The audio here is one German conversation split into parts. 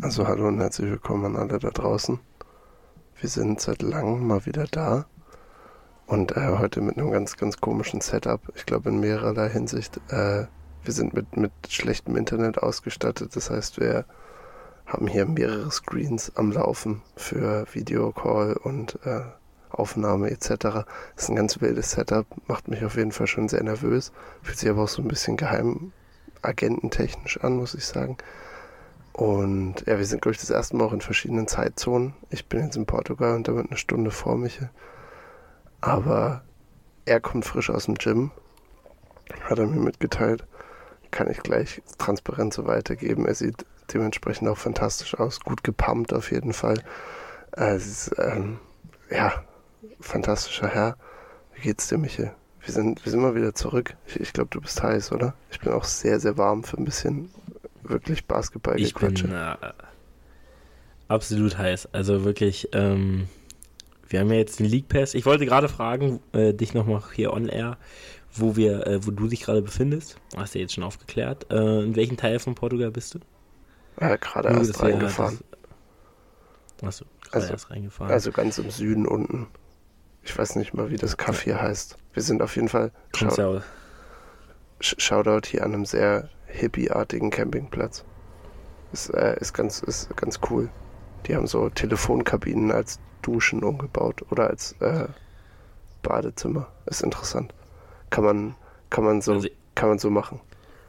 Also hallo und herzlich willkommen an alle da draußen. Wir sind seit langem mal wieder da und heute mit einem ganz, ganz komischen Setup. Ich glaube in mehrerlei Hinsicht. Wir sind mit schlechtem Internet ausgestattet. Das heißt, wir haben hier mehrere Screens am Laufen für Videocall und Aufnahme etc. Das ist ein ganz wildes Setup, macht mich auf jeden Fall schon sehr nervös. Fühlt sich aber auch so ein bisschen geheimagententechnisch an, muss ich sagen. Und ja, wir sind, glaube ich, das erste Mal auch in verschiedenen Zeitzonen. Ich bin jetzt in Portugal und damit eine Stunde vor Michel. Aber er kommt frisch aus dem Gym, hat er mir mitgeteilt. Kann ich gleich transparent so weitergeben. Er sieht dementsprechend auch fantastisch aus. Gut gepumpt auf jeden Fall. Es ist, fantastischer Herr. Wie geht's dir, Michel? Wir sind mal wieder zurück. Ich glaube, du bist heiß, oder? Ich bin auch sehr, sehr warm für ein bisschen wirklich Basketball. Ich bin absolut heiß. Also wirklich, wir haben ja jetzt den League Pass. Ich wollte gerade fragen, dich nochmal hier on air, wo du dich gerade befindest. Hast du jetzt schon aufgeklärt. In welchem Teil von Portugal bist du? Gerade erst reingefahren. Achso, gerade erst reingefahren. Also ganz im Süden unten. Ich weiß nicht mal, wie das Café heißt. Wir sind auf jeden Fall Shoutout hier an einem sehr hippie-artigen Campingplatz. Ist ganz cool. Die haben so Telefonkabinen als Duschen umgebaut oder als Badezimmer. Ist interessant. Kann man so machen.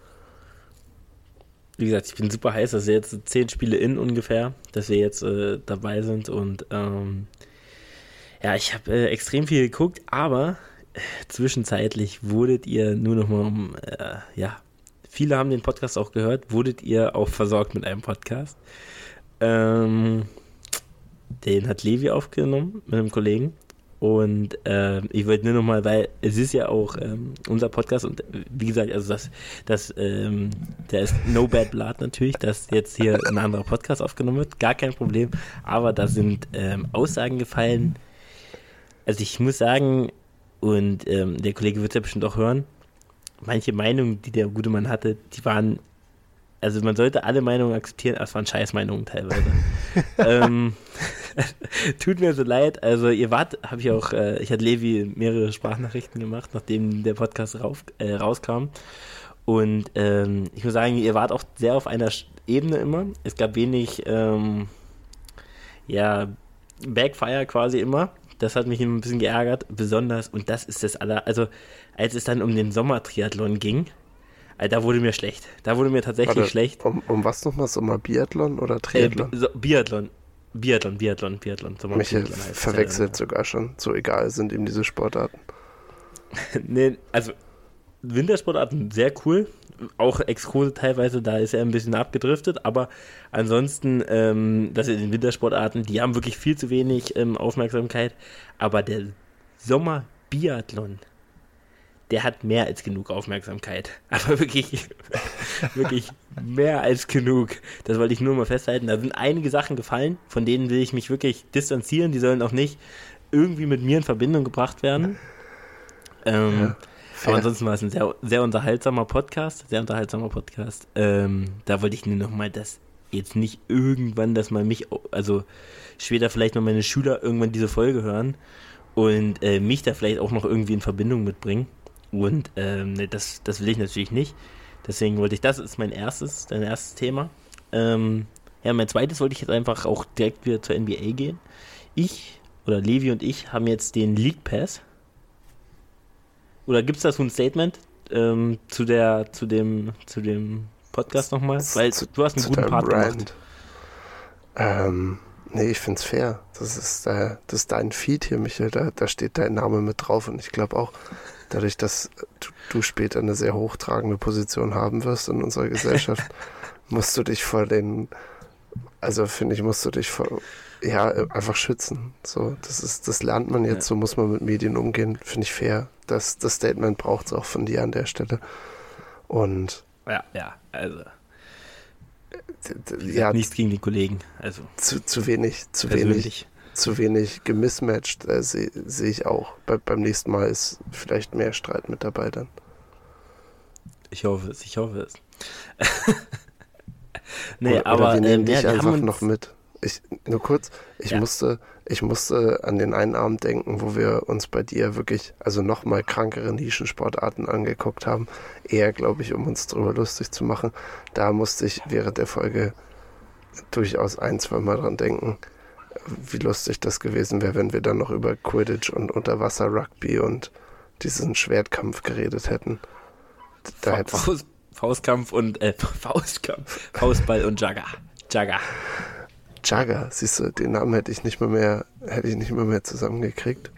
Wie gesagt, ich bin super heiß, dass wir jetzt 10 Spiele ungefähr, dass wir jetzt dabei sind und ich habe extrem viel geguckt, aber zwischenzeitlich wurdet ihr nur noch mal viele haben den Podcast auch gehört, wurdet ihr auch versorgt mit einem Podcast. Den hat Levi aufgenommen mit einem Kollegen. Und ich wollte nur nochmal, weil es ist ja auch unser Podcast und wie gesagt, also der ist no bad blood natürlich, dass jetzt hier ein anderer Podcast aufgenommen wird, gar kein Problem, aber da sind Aussagen gefallen, also ich muss sagen, und der Kollege wird es ja bestimmt auch hören, manche Meinungen, die der gute Mann hatte, die waren, also man sollte alle Meinungen akzeptieren, aber es waren Scheißmeinungen teilweise. Tut mir so leid, also ich hatte Levi mehrere Sprachnachrichten gemacht, nachdem der Podcast rauskam und ich muss sagen, ihr wart auch sehr auf einer Ebene immer, es gab wenig Backfire quasi immer, das hat mich ein bisschen geärgert, besonders, und das ist also als es dann um den Sommertriathlon ging, da wurde mir schlecht. Da wurde mir tatsächlich schlecht. Um was nochmal? Sommer-Biathlon oder Triathlon? Biathlon. Michael verwechselt sogar schon. So egal sind ihm diese Sportarten. Nee, also Wintersportarten sehr cool. Auch Exkurse teilweise, da ist er ein bisschen abgedriftet. Aber ansonsten, das in den Wintersportarten, die haben wirklich viel zu wenig Aufmerksamkeit. Aber der Sommer-Biathlon, der hat mehr als genug Aufmerksamkeit. Aber wirklich, wirklich mehr als genug. Das wollte ich nur mal festhalten. Da sind einige Sachen gefallen, von denen will ich mich wirklich distanzieren. Die sollen auch nicht irgendwie mit mir in Verbindung gebracht werden. Aber ansonsten war es ein sehr, sehr unterhaltsamer Podcast. Da wollte ich nur noch mal, dass jetzt nicht irgendwann, dass man mich, also später vielleicht noch meine Schüler irgendwann diese Folge hören und mich da vielleicht auch noch irgendwie in Verbindung mitbringen. Und das will ich natürlich nicht. Deswegen wollte ich, das ist dein erstes Thema. Mein zweites wollte ich jetzt einfach auch direkt wieder zur NBA gehen. Levi und ich haben jetzt den League Pass. Oder gibt es da so ein Statement zu dem Podcast nochmal? Weil du hast einen guten Part gemacht. Nee, ich find's fair. Das ist dein Feed hier, Michael. Da steht dein Name mit drauf und ich glaube auch, dadurch, dass du später eine sehr hochtragende Position haben wirst in unserer Gesellschaft, musst du dich einfach schützen. So, das lernt man jetzt, so muss man mit Medien umgehen, finde ich fair. Das Statement braucht es auch von dir an der Stelle. Und also nichts gegen die Kollegen. Also zu wenig gemismatcht sehe ich auch. Beim nächsten Mal ist vielleicht mehr Streit mit dabei dann. Ich hoffe es. Nee, oder wir nehmen dich wir haben einfach uns, noch mit. Ich ja, musste an den einen Abend denken, wo wir uns bei dir wirklich, also nochmal krankere Nischensportarten angeguckt haben. Eher, glaube ich, um uns drüber lustig zu machen. Da musste ich während der Folge durchaus 1-2 Mal dran denken, wie lustig das gewesen wäre, wenn wir dann noch über Quidditch und Unterwasser-Rugby und diesen Schwertkampf geredet hätten. Da hättest Faustkampf und Faustball und Jagger. Jagger, siehst du, den Namen hätte ich nicht mehr zusammengekriegt.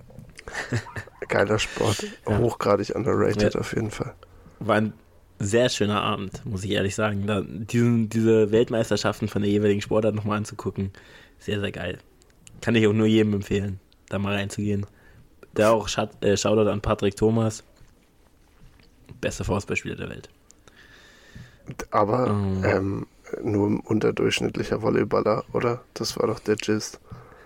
Geiler Sport, Ja. hochgradig underrated Ja. auf jeden Fall. War ein sehr schöner Abend, muss ich ehrlich sagen. Diese Weltmeisterschaften von der jeweiligen Sportart nochmal anzugucken, sehr, sehr geil. Kann ich auch nur jedem empfehlen, da mal reinzugehen. Da auch Shoutout an Patrick Thomas, bester Faustballspieler der Welt. Aber nur ein unterdurchschnittlicher Volleyballer, oder? Das war doch der Gist.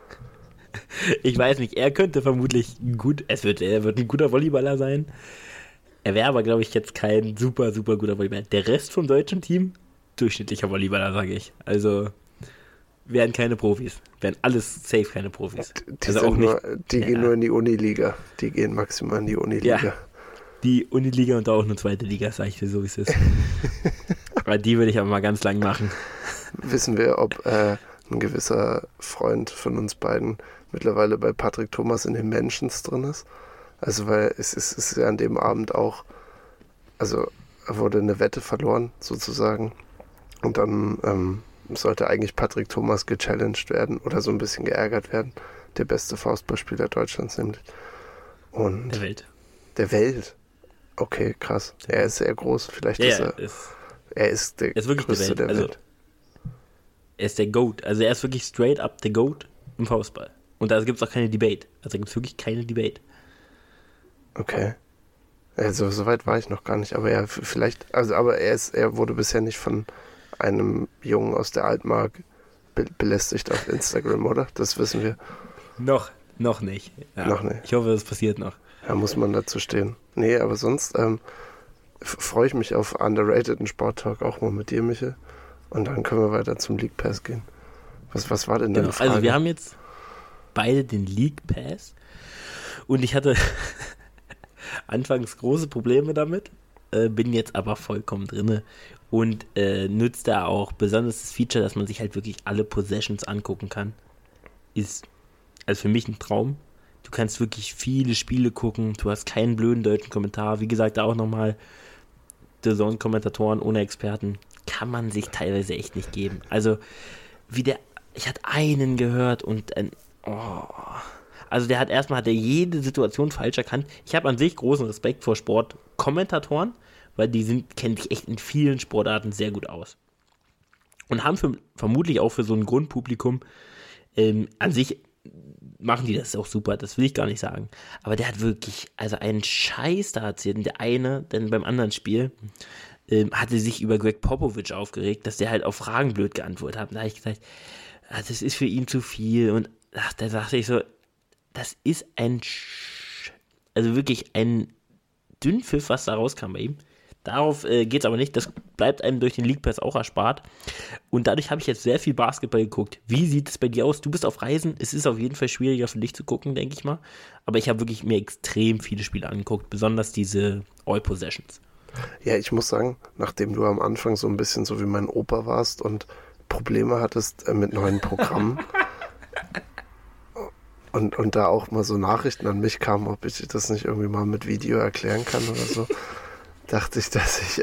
Ich weiß nicht, er könnte vermutlich er wird ein guter Volleyballer sein. Er wäre aber, glaube ich, jetzt kein super, super guter Volleyballer. Der Rest vom deutschen Team, durchschnittlicher Volleyballer, sage ich. Also, wären keine Profis. Wären alles safe keine Profis. Die gehen nur in die Uniliga. Die gehen maximal in die Uniliga. Ja, die Uniliga und da auch eine zweite Liga, sage ich dir so, wie es ist. Aber die würde ich aber mal ganz lang machen. Wissen wir, ob ein gewisser Freund von uns beiden mittlerweile bei Patrick Thomas in den Mentions drin ist? Also, weil es ist ja an dem Abend auch, also wurde eine Wette verloren, sozusagen. Und dann sollte eigentlich Patrick Thomas gechallenged werden oder so ein bisschen geärgert werden. Der beste Faustballspieler Deutschlands nämlich. Und Der Welt. Okay, krass. Er ist sehr groß. Vielleicht ist er. Er ist der größte der Welt. Er ist der GOAT. Also er ist wirklich straight up der GOAT im Faustball. Und da gibt es auch keine Debate. Also da gibt es wirklich keine Debate. Okay. Also so weit war ich noch gar nicht. Aber ja, vielleicht, aber er wurde bisher nicht von einem Jungen aus der Altmark belästigt auf Instagram, oder? Das wissen wir. Noch nicht. Ja. Noch nicht. Ich hoffe, das passiert noch. Da muss man dazu stehen. Nee, aber sonst freue ich mich auf underrateden Sporttalk auch mal mit dir, Michael. Und dann können wir weiter zum League Pass gehen. Was war denn deine Frage? Also wir haben jetzt beide den League Pass und ich hatte anfangs große Probleme damit, bin jetzt aber vollkommen drinne und nutzt da auch besonders das Feature, dass man sich halt wirklich alle Possessions angucken kann. Ist also für mich ein Traum. Du kannst wirklich viele Spiele gucken, du hast keinen blöden deutschen Kommentar. Wie gesagt, da auch nochmal DAZN-Kommentatoren ohne Experten. Kann man sich teilweise echt nicht geben. Also, ich hatte einen gehört und also der hat jede Situation falsch erkannt. Ich habe an sich großen Respekt vor Sportkommentatoren, weil die kennen sich echt in vielen Sportarten sehr gut aus. Und haben vermutlich auch für so ein Grundpublikum an sich machen die das auch super, das will ich gar nicht sagen. Aber der hat wirklich, also einen Scheiß da erzählt. Und der eine, denn beim anderen Spiel, hatte sich über Greg Popovich aufgeregt, dass der halt auf Fragen blöd geantwortet hat. Und da habe ich gesagt, das ist für ihn zu viel. Und da sagte ich so, das ist also wirklich ein Dünnpfiff, was da rauskam bei ihm. Darauf geht es aber nicht, das bleibt einem durch den League Pass auch erspart. Und dadurch habe ich jetzt sehr viel Basketball geguckt. Wie sieht es bei dir aus? Du bist auf Reisen, es ist auf jeden Fall schwieriger für dich zu gucken, denke ich mal. Aber ich habe wirklich mir extrem viele Spiele angeguckt, besonders diese All-Possessions. Ja, ich muss sagen, nachdem du am Anfang so ein bisschen so wie mein Opa warst und Probleme hattest mit neuen Programmen und da auch mal so Nachrichten an mich kamen, ob ich das nicht irgendwie mal mit Video erklären kann oder so, dachte ich, dass ich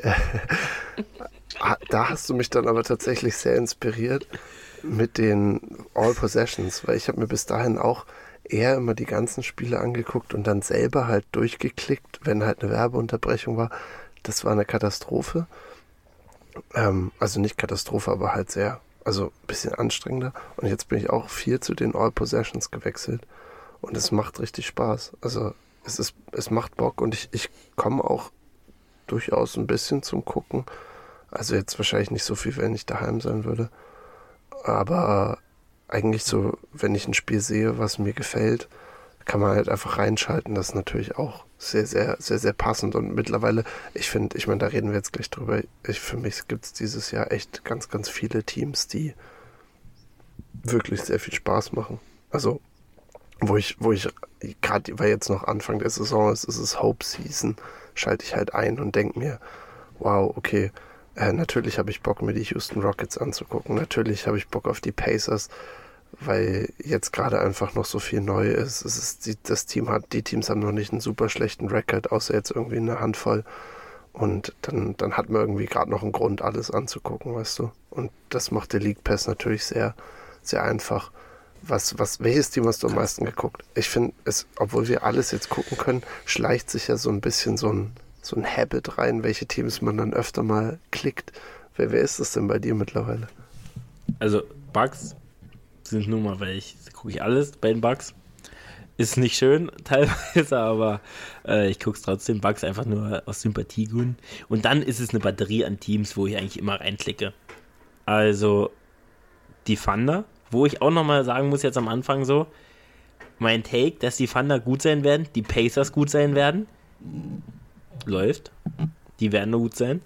da hast du mich dann aber tatsächlich sehr inspiriert mit den All Possessions, weil ich habe mir bis dahin auch eher immer die ganzen Spiele angeguckt und dann selber halt durchgeklickt, wenn halt eine Werbeunterbrechung war. Das war eine Katastrophe. Also nicht Katastrophe, aber halt also ein bisschen anstrengender. Und jetzt bin ich auch viel zu den All Possessions gewechselt und es macht richtig Spaß. Also es macht Bock und ich komme auch durchaus ein bisschen zum Gucken. Also jetzt wahrscheinlich nicht so viel, wenn ich daheim sein würde. Aber eigentlich so, wenn ich ein Spiel sehe, was mir gefällt, kann man halt einfach reinschalten. Das ist natürlich auch sehr, sehr, sehr, sehr passend. Und mittlerweile, ich meine, da reden wir jetzt gleich drüber, für mich gibt es dieses Jahr echt ganz, ganz viele Teams, die wirklich sehr viel Spaß machen. Also, wo ich gerade, weil jetzt noch Anfang der Saison ist, ist es Hope Season, schalte ich halt ein und denke mir, wow, okay, natürlich habe ich Bock, mir die Houston Rockets anzugucken. Natürlich habe ich Bock auf die Pacers, weil jetzt gerade einfach noch so viel neu ist. Die Teams haben noch nicht einen super schlechten Rekord, außer jetzt irgendwie eine Handvoll. Und dann hat man irgendwie gerade noch einen Grund, alles anzugucken, weißt du. Und das macht der League Pass natürlich sehr, sehr einfach. Welches Team hast du am meisten geguckt? Ich finde, obwohl wir alles jetzt gucken können, schleicht sich ja so ein bisschen so ein Habit rein, welche Teams man dann öfter mal klickt. Wer ist das denn bei dir mittlerweile? Also Bugs sind nun mal, gucke ich alles bei den Bugs. Ist nicht schön teilweise, aber ich gucke es trotzdem. Bugs einfach nur aus Sympathiegründen. Und dann ist es eine Batterie an Teams, wo ich eigentlich immer reinklicke. Also die Thunder, wo ich auch nochmal sagen muss jetzt am Anfang so, mein Take, dass die Thunder gut sein werden, die Pacers gut sein werden, läuft. Die werden nur gut sein.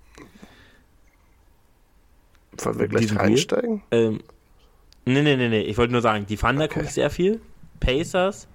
Wollen wir gleich reinsteigen? Nee. Ich wollte nur sagen, die Thunder gucke ich sehr viel. Pacers.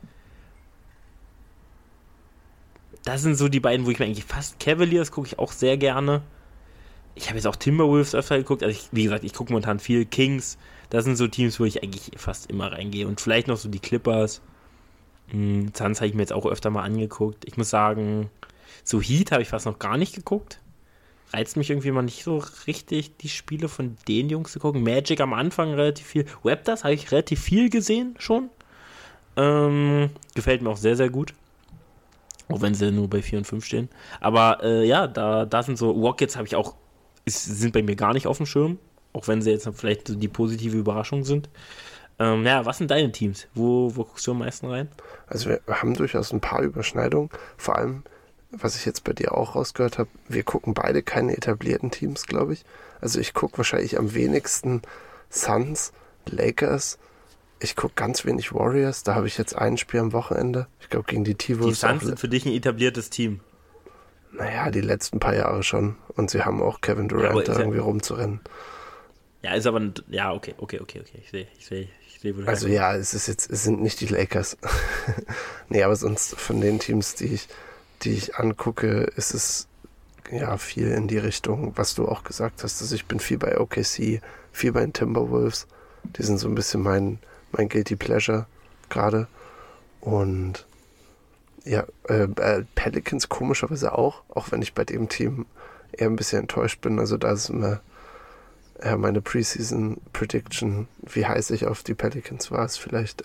Das sind so die beiden, wo ich mir eigentlich fast Cavaliers gucke ich auch sehr gerne. Ich habe jetzt auch Timberwolves öfter geguckt. Also wie gesagt, ich gucke momentan viel. Kings. Das sind so Teams, wo ich eigentlich fast immer reingehe. Und vielleicht noch so die Clippers. Suns habe ich mir jetzt auch öfter mal angeguckt. Ich muss sagen, so Heat habe ich fast noch gar nicht geguckt. Reizt mich irgendwie mal nicht so richtig, die Spiele von den Jungs zu gucken. Magic am Anfang relativ viel. Raptors habe ich relativ viel gesehen schon. Gefällt mir auch sehr, sehr gut. Auch wenn sie nur bei 4 und 5 stehen. Aber ja, da sind so Rockets habe ich auch, sind bei mir gar nicht auf dem Schirm. Auch wenn sie jetzt vielleicht so die positive Überraschung sind. Ja, was sind deine Teams? Wo guckst du am meisten rein? Also wir haben durchaus ein paar Überschneidungen. Vor allem, was ich jetzt bei dir auch rausgehört habe, wir gucken beide keine etablierten Teams, glaube ich. Also ich gucke wahrscheinlich am wenigsten Suns, Lakers. Ich gucke ganz wenig Warriors. Da habe ich jetzt ein Spiel am Wochenende. Ich glaube gegen die T-Wolves. Die Suns sind für dich ein etabliertes Team. Naja, die letzten paar Jahre schon. Und sie haben auch Kevin Durant da irgendwie rumzurennen. Ja, ist aber, ja, okay. Ich sehe, wo du also ja, es sind nicht die Lakers. Nee, aber sonst von den Teams, die ich angucke, ist es ja viel in die Richtung, was du auch gesagt hast. Also ich bin viel bei OKC, viel bei den Timberwolves. Die sind so ein bisschen mein Guilty Pleasure gerade. Und ja, Pelicans komischerweise auch wenn ich bei dem Team eher ein bisschen enttäuscht bin. Also da ist immer meine Preseason Prediction, wie heiß ich auf die Pelicans war, ist vielleicht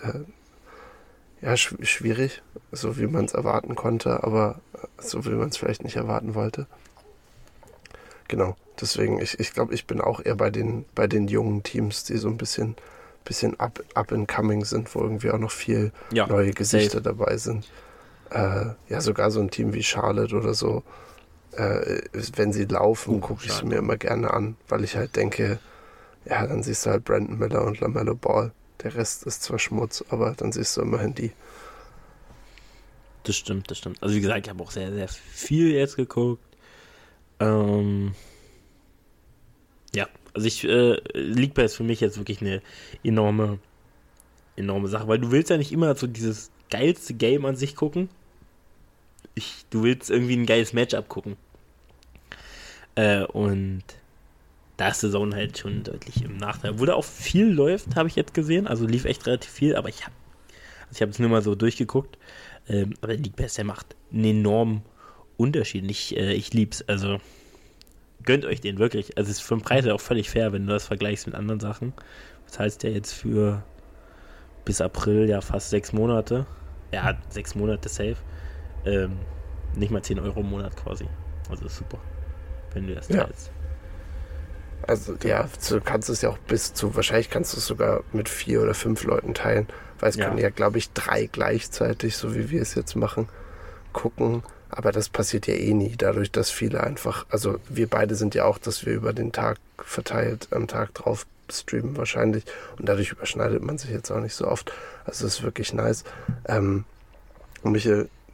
schwierig, so wie man es erwarten konnte, aber so wie man es vielleicht nicht erwarten wollte. Genau, deswegen, ich glaube, ich bin auch eher bei den jungen Teams, die so ein bisschen up and coming sind, wo irgendwie auch noch viel neue Gesichter dabei sind. Sogar so ein Team wie Charlotte oder so, wenn sie laufen, gucke ich es mir immer gerne an, weil ich halt denke, ja, dann siehst du halt Brandon Miller und LaMelo Ball. Der Rest ist zwar Schmutz, aber dann siehst du immerhin die. Das stimmt. Also wie gesagt, ich habe auch sehr, sehr viel jetzt geguckt. Ja, also League Pass ist für mich jetzt wirklich eine enorme Sache, weil du willst ja nicht immer so dieses geilste Game an sich gucken. Du willst irgendwie ein geiles Matchup gucken. Und da ist der Zone halt schon deutlich im Nachteil. Obwohl da auch viel läuft, habe ich jetzt gesehen. Also lief echt relativ viel, aber ich habe es nur mal so durchgeguckt. Aber der League Pass, der macht einen enormen Unterschied. Ich lieb's. Also gönnt euch den wirklich. Also es ist vom Preis her auch völlig fair, wenn du das vergleichst mit anderen Sachen. Das heißt ja jetzt für bis April ja fast 6 Monate. Ja, 6 Monate safe. Nicht mal 10 Euro im Monat quasi. Also ist super, wenn du das teilst. Also ja, du kannst es ja auch wahrscheinlich kannst du es sogar mit 4 oder 5 Leuten teilen, weil es können ja, glaube ich, 3 gleichzeitig, so wie wir es jetzt machen, gucken. Aber das passiert ja eh nie, dadurch, dass viele einfach, also wir beide sind ja auch, dass wir über den Tag verteilt am Tag drauf streamen wahrscheinlich und dadurch überschneidet man sich jetzt auch nicht so oft. Also das ist wirklich nice. Michael,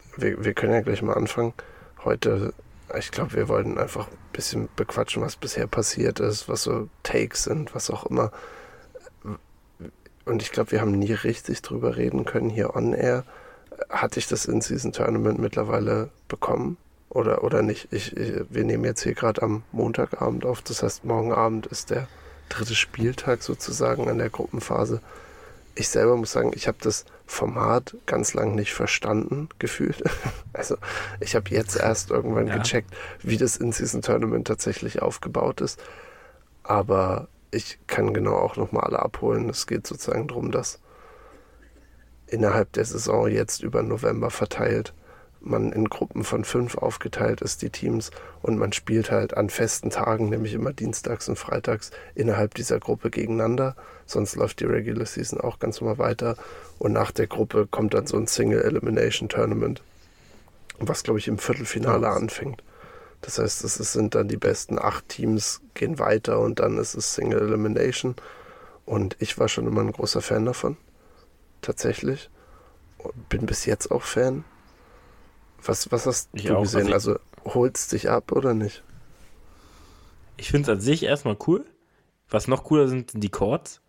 wir können ja gleich mal anfangen. Heute, ich glaube, wir wollten einfach ein bisschen bequatschen, was bisher passiert ist, was so Takes sind, was auch immer. Und ich glaube, wir haben nie richtig drüber reden können hier on air. Hatte ich das In-Season-Tournament mittlerweile bekommen oder nicht? Wir nehmen jetzt hier gerade am Montagabend auf, das heißt, morgen Abend ist der 3. Spieltag sozusagen an der Gruppenphase. Ich selber muss sagen, ich habe das Format ganz lang nicht verstanden, gefühlt. Also ich habe jetzt erst irgendwann gecheckt, wie das In-Season-Tournament tatsächlich aufgebaut ist. Aber ich kann genau auch nochmal alle abholen. Es geht sozusagen darum, dass innerhalb der Saison jetzt über November verteilt man in Gruppen von 5 aufgeteilt ist, die Teams, und man spielt halt an festen Tagen, nämlich immer dienstags und freitags, innerhalb dieser Gruppe gegeneinander. Sonst läuft die Regular Season auch ganz normal weiter. Und nach der Gruppe kommt dann so ein Single-Elimination-Tournament, was, glaube ich, im Viertelfinale anfängt. Das heißt, sind dann die besten 8 Teams gehen weiter und dann ist es Single Elimination. Und ich war schon immer ein großer Fan davon. Tatsächlich. Und bin bis jetzt auch Fan. Was hast du gesehen? Also holt's dich ab oder nicht? Ich finde es an sich erstmal cool. Was noch cooler sind die Chords.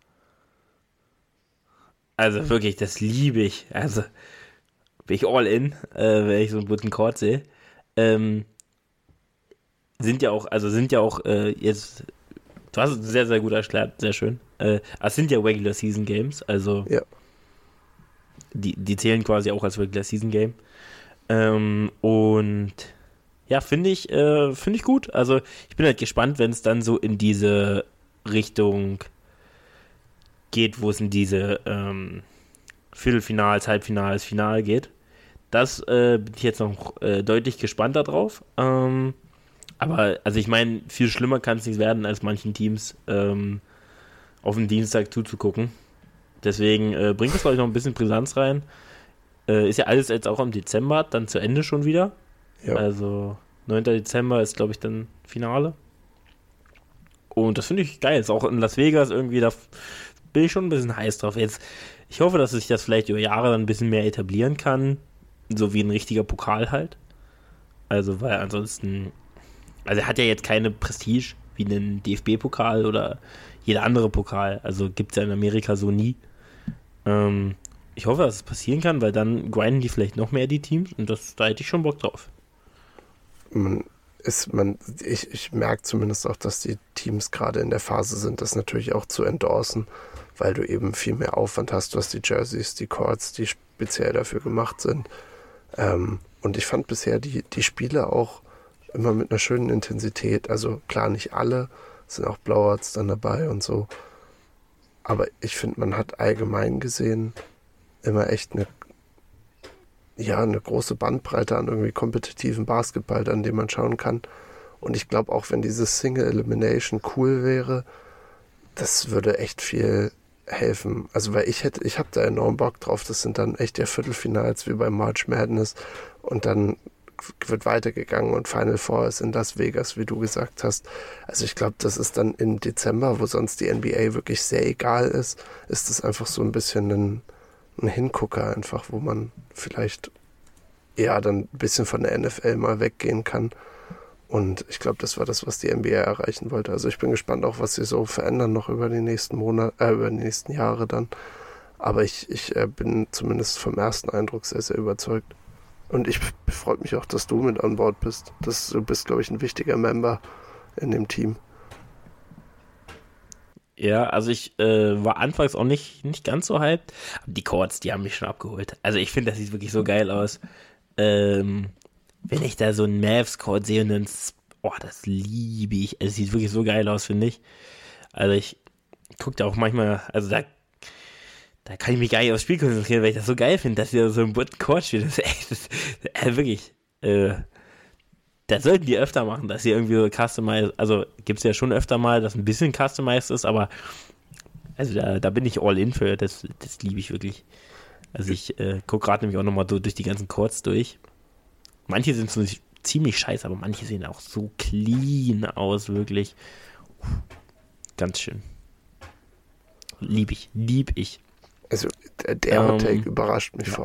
Also wirklich, das liebe ich. Also bin ich all in, wenn ich so einen guten Chord sehe. Sind ja auch jetzt, du hast es sehr, sehr gut erklärt, sehr schön. Es sind ja Regular Season Games, also ja. Die zählen quasi auch als Regular Season Game. Und ja, finde ich gut. Also ich bin halt gespannt, wenn es dann so in diese Richtung geht, wo es in diese Viertelfinals, Halbfinals, Final geht. Das bin ich jetzt noch deutlich gespannter drauf. Aber, also ich meine, viel schlimmer kann es nicht werden, als manchen Teams auf den Dienstag zuzugucken. Deswegen bringt es, glaube ich, noch ein bisschen Brisanz rein. Ist ja alles jetzt auch im Dezember dann zu Ende schon wieder. Ja. Also 9. Dezember ist, glaube ich, dann Finale. Und das finde ich geil. Ist auch in Las Vegas irgendwie, da bin ich schon ein bisschen heiß drauf. Jetzt, ich hoffe, dass sich das vielleicht über Jahre dann ein bisschen mehr etablieren kann. So wie ein richtiger Pokal halt. Also, weil ansonsten, also er hat ja jetzt keine Prestige wie einen DFB-Pokal oder jeder andere Pokal. Also gibt es ja in Amerika so nie. Ich hoffe, dass es passieren kann, weil dann grinden die vielleicht noch mehr die Teams und da hätte ich schon Bock drauf. Ich merke zumindest auch, dass die Teams gerade in der Phase sind, das natürlich auch zu endorsen, weil du eben viel mehr Aufwand hast. Du hast die Jerseys, die Chords, die speziell dafür gemacht sind. Und ich fand bisher die Spiele auch immer mit einer schönen Intensität. Also klar, nicht alle, es sind auch Blowouts dann dabei und so. Aber ich finde, man hat allgemein gesehen immer echt eine große Bandbreite an irgendwie kompetitiven Basketball, an dem man schauen kann. Und ich glaube, auch wenn dieses Single Elimination cool wäre, das würde echt viel helfen. Also weil ich habe da enorm Bock drauf. Das sind dann echt ja Viertelfinals wie bei March Madness und dann wird weitergegangen und Final Four ist in Las Vegas, wie du gesagt hast. Also ich glaube, das ist dann im Dezember, wo sonst die NBA wirklich sehr egal ist das einfach so ein bisschen ein Hingucker einfach, wo man vielleicht eher dann ein bisschen von der NFL mal weggehen kann. Und ich glaube, das war das, was die NBA erreichen wollte. Also ich bin gespannt auch, was sie so verändern noch über die nächsten über die nächsten Jahre dann. Aber ich bin zumindest vom ersten Eindruck sehr, sehr überzeugt. Und ich freue mich auch, dass du mit an Bord bist. Du bist, glaube ich, ein wichtiger Member in dem Team. Ja, also ich war anfangs auch nicht ganz so hyped. Aber die Chords, die haben mich schon abgeholt. Also ich finde, das sieht wirklich so geil aus. Wenn ich da so einen Mavs-Chord sehe und dann, das liebe ich. Also es sieht wirklich so geil aus, finde ich. Also ich gucke da auch manchmal, also da kann ich mich gar nicht aufs Spiel konzentrieren, weil ich das so geil finde, dass sie da so einen bunten Chord spielen. Das ist echt, wirklich, das sollten die öfter machen, dass sie irgendwie so customized, also gibt es ja schon öfter mal, dass ein bisschen customized ist, aber also da bin ich all in für, das liebe ich wirklich. Also ich gucke gerade nämlich auch nochmal durch die ganzen Chords durch. Manche sind so ziemlich scheiße, aber manche sehen auch so clean aus, wirklich. Ganz schön. Lieb ich. Also der Hot Take überrascht mich vor allem.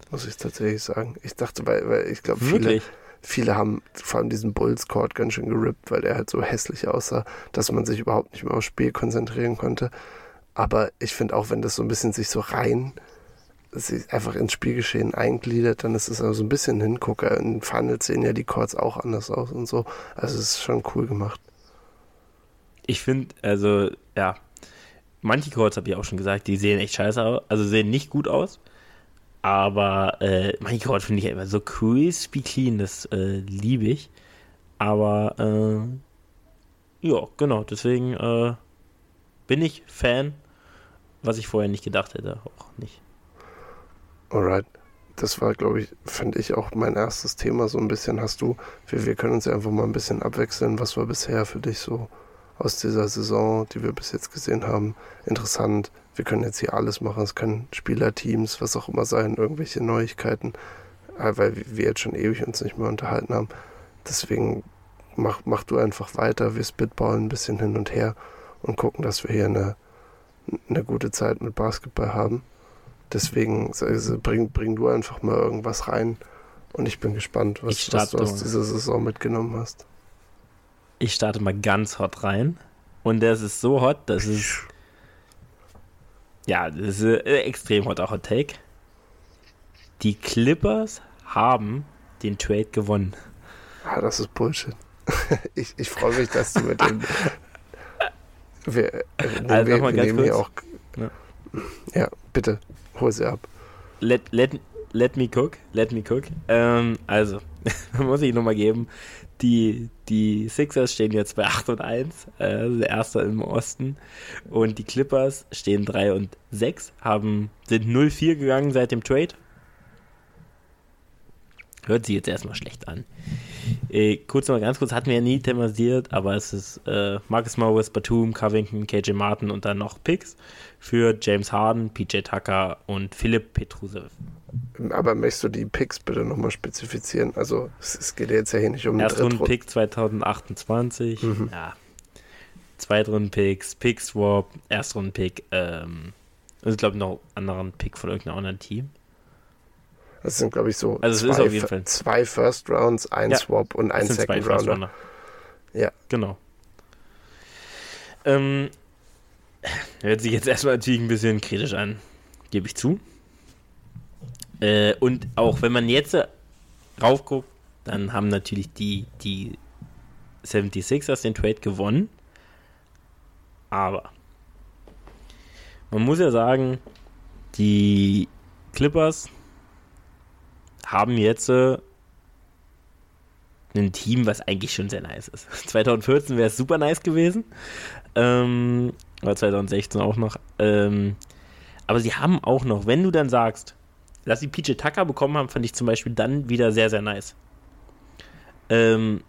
muss ich tatsächlich sagen. Ich dachte, weil ich glaube, Wirklich? viele haben vor allem diesen Bulls-Court ganz schön gerippt, weil der halt so hässlich aussah, dass man sich überhaupt nicht mehr aufs Spiel konzentrieren konnte. Aber ich finde auch, wenn das so ein bisschen sich so sich einfach ins Spielgeschehen eingliedert, dann ist es also so ein bisschen ein Hingucker. In Finals sehen ja die Courts auch anders aus und so. Also es ist schon cool gemacht. Ich finde, also, ja, manche Courts, habe ich auch schon gesagt, die sehen echt scheiße aus, also sehen nicht gut aus. Aber manche Courts finde ich einfach so crispy clean, das liebe ich. Aber, ja, genau, deswegen bin ich Fan, was ich vorher nicht gedacht hätte, auch nicht. Alright. Das war, glaube ich, finde ich auch mein erstes Thema so ein bisschen. Wir können uns ja einfach mal ein bisschen abwechseln. Was war bisher für dich so aus dieser Saison, die wir bis jetzt gesehen haben, interessant? Wir können jetzt hier alles machen. Es können Spielerteams, was auch immer sein, irgendwelche Neuigkeiten, weil wir jetzt schon ewig uns nicht mehr unterhalten haben. Deswegen mach du einfach weiter. Wir spitballen ein bisschen hin und her und gucken, dass wir hier eine gute Zeit mit Basketball haben. Deswegen bring du einfach mal irgendwas rein und ich bin gespannt, was du aus dieser Saison mitgenommen hast. Ich starte mal ganz hot rein und das ist so hot, das ist ein extrem hotter Hot Take. Die Clippers haben den Trade gewonnen. Ah, das ist Bullshit. Ich freue mich, dass du mit dem wir nehmen hier auch ja, bitte. Hol sie ab. Let me cook. Also, muss ich nochmal geben. Die Sixers stehen jetzt bei 8-1, der Erste im Osten. Und die Clippers stehen 3-6, sind 0-4 gegangen seit dem Trade. Hört sich jetzt erstmal schlecht an. Ganz kurz, hatten wir ja nie thematisiert, aber es ist Marcus Morris, Batum, Covington, KJ Martin und dann noch Picks für James Harden, PJ Tucker und Philipp Petrusev. Aber möchtest du die Picks bitte nochmal spezifizieren? Also es geht jetzt ja hier nicht um Erstrunden-Pick 2028, ja. Zweitrunden-Picks, Pick-Swap, Erstrunden-Pick, und ich glaube noch einen anderen Pick von irgendeinem anderen Team. Das sind, glaube ich, so also es ist auf jeden Fall 2 First Rounds, ein Swap und ein Second Rounder. Ja. Genau. Hört sich jetzt erstmal natürlich ein bisschen kritisch an, gebe ich zu. Und auch wenn man jetzt raufguckt, dann haben natürlich die 76ers den Trade gewonnen. Aber man muss ja sagen, die Clippers haben jetzt ein Team, was eigentlich schon sehr nice ist. 2014 wäre es super nice gewesen. Oder 2016 auch noch. Aber sie haben auch noch, wenn du dann sagst, dass sie PJ Tucker bekommen haben, fand ich zum Beispiel dann wieder sehr, sehr nice. Eine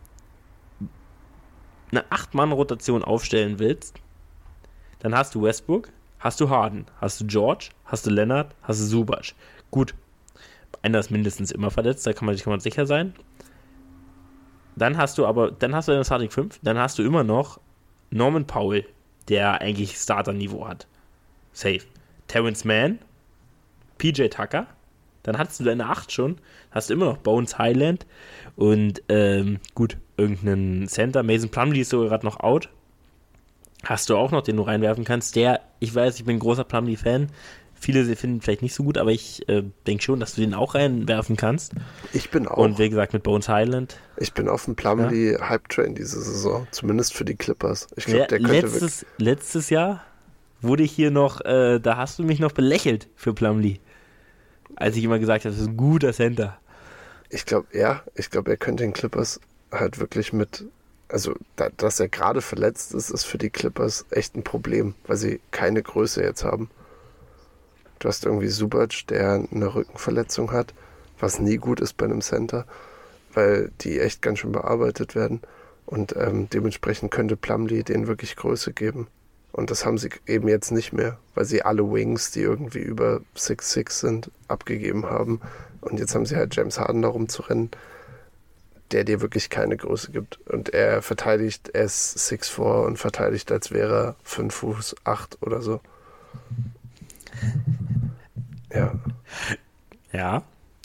8-Mann-Rotation aufstellen willst, dann hast du Westbrook, hast du Harden, hast du George, hast du Leonard, hast du Zubac. Gut, einer ist mindestens immer verletzt, da kann man sicher sein. Dann hast du eine Starting 5, dann hast du immer noch Norman Powell, der eigentlich Starter-Niveau hat. Safe. Terrence Mann, PJ Tucker, dann hattest du deine 8 schon, hast du immer noch Bones Highland und gut, irgendeinen Center. Mason Plumlee ist sogar gerade noch out. Hast du auch noch, den du reinwerfen kannst. Ich weiß, ich bin ein großer Plumlee-Fan. Viele finden vielleicht nicht so gut, aber ich denke schon, dass du den auch reinwerfen kannst. Ich bin auch. Und wie gesagt, mit Bones Highland. Ich bin auf dem Plumlee-Hype-Train diese Saison. Zumindest für die Clippers. Ich glaube, der könnte letztes Jahr wurde ich hier noch, da hast du mich noch belächelt für Plumlee. Als ich immer gesagt habe, das ist ein guter Center. Ich glaube, er könnte den Clippers halt wirklich dass er gerade verletzt ist für die Clippers echt ein Problem, weil sie keine Größe jetzt haben. Du hast irgendwie Zubac, der eine Rückenverletzung hat, was nie gut ist bei einem Center, weil die echt ganz schön bearbeitet werden. Und dementsprechend könnte Plumlee denen wirklich Größe geben. Und das haben sie eben jetzt nicht mehr, weil sie alle Wings, die irgendwie über 6'6 sind, abgegeben haben. Und jetzt haben sie halt James Harden darum zu rennen, der dir wirklich keine Größe gibt. Und er ist 6'4 und verteidigt, als wäre er 5'8" oder so. Ja. Ja,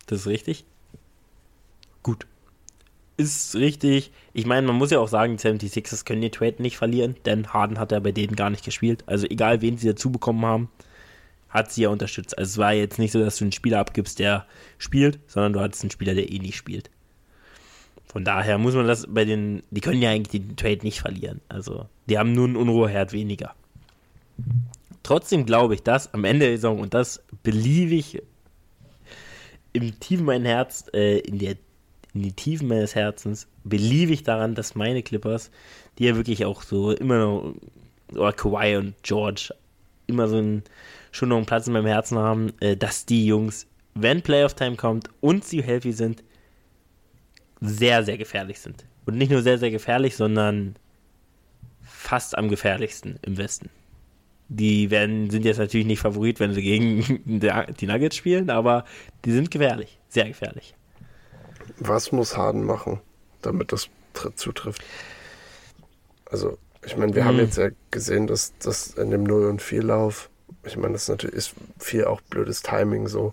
Das ist richtig. Gut. Ist richtig. Ich meine, man muss ja auch sagen, die 76ers können den Trade nicht verlieren, denn Harden hat ja bei denen gar nicht gespielt. Also egal, wen sie dazu bekommen haben, hat sie ja unterstützt. Also es war jetzt nicht so, dass du einen Spieler abgibst, der spielt, sondern du hattest einen Spieler, der eh nicht spielt. Von daher muss man das die können ja eigentlich den Trade nicht verlieren. Also die haben nur einen Unruheherd weniger. Trotzdem glaube ich, dass am Ende der Saison, und das beliebe ich im Tiefen meines Herzens, in die Tiefen meines Herzens, beliebe ich daran, dass meine Clippers, die ja wirklich auch so immer noch, oder Kawhi und George, immer so schon noch einen Platz in meinem Herzen haben, dass die Jungs, wenn Playoff-Time kommt und sie healthy sind, sehr, sehr gefährlich sind. Und nicht nur sehr, sehr gefährlich, sondern fast am gefährlichsten im Westen. Die sind jetzt natürlich nicht Favorit, wenn sie gegen die Nuggets spielen, aber die sind gefährlich, sehr gefährlich. Was muss Harden machen, damit das zutrifft? Also, ich meine, wir haben jetzt ja gesehen, dass das in dem 0-4-Lauf, ich meine, das ist viel auch blödes Timing so,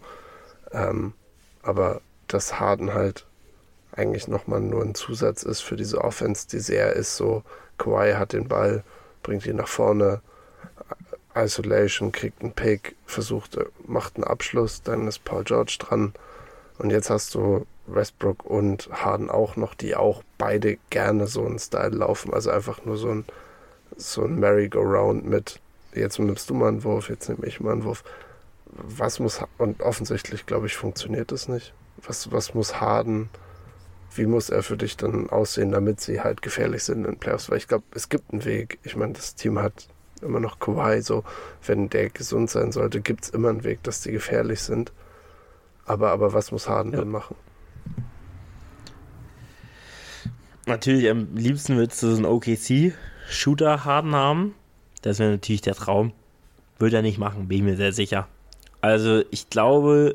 aber dass Harden halt eigentlich nochmal nur ein Zusatz ist für diese Offense, die sehr ist, so Kawhi hat den Ball, bringt ihn nach vorne, Isolation, kriegt einen Pick, macht einen Abschluss, dann ist Paul George dran und jetzt hast du Westbrook und Harden auch noch, die auch beide gerne so einen Style laufen, also einfach nur so ein Merry-Go-Round mit, jetzt nimmst du mal einen Wurf, jetzt nehme ich mal einen Wurf. Und offensichtlich, glaube ich, funktioniert das nicht. Was muss Harden, wie muss er für dich dann aussehen, damit sie halt gefährlich sind in den Playoffs? Weil ich glaube, es gibt einen Weg. Ich meine, das Team hat immer noch Kawhi, so, wenn der gesund sein sollte, gibt es immer einen Weg, dass die gefährlich sind. Aber was muss Harden dann machen? Natürlich, am liebsten würdest du so einen OKC-Shooter Harden. Das wäre natürlich der Traum. Würde er nicht machen, bin ich mir sehr sicher. Also ich glaube,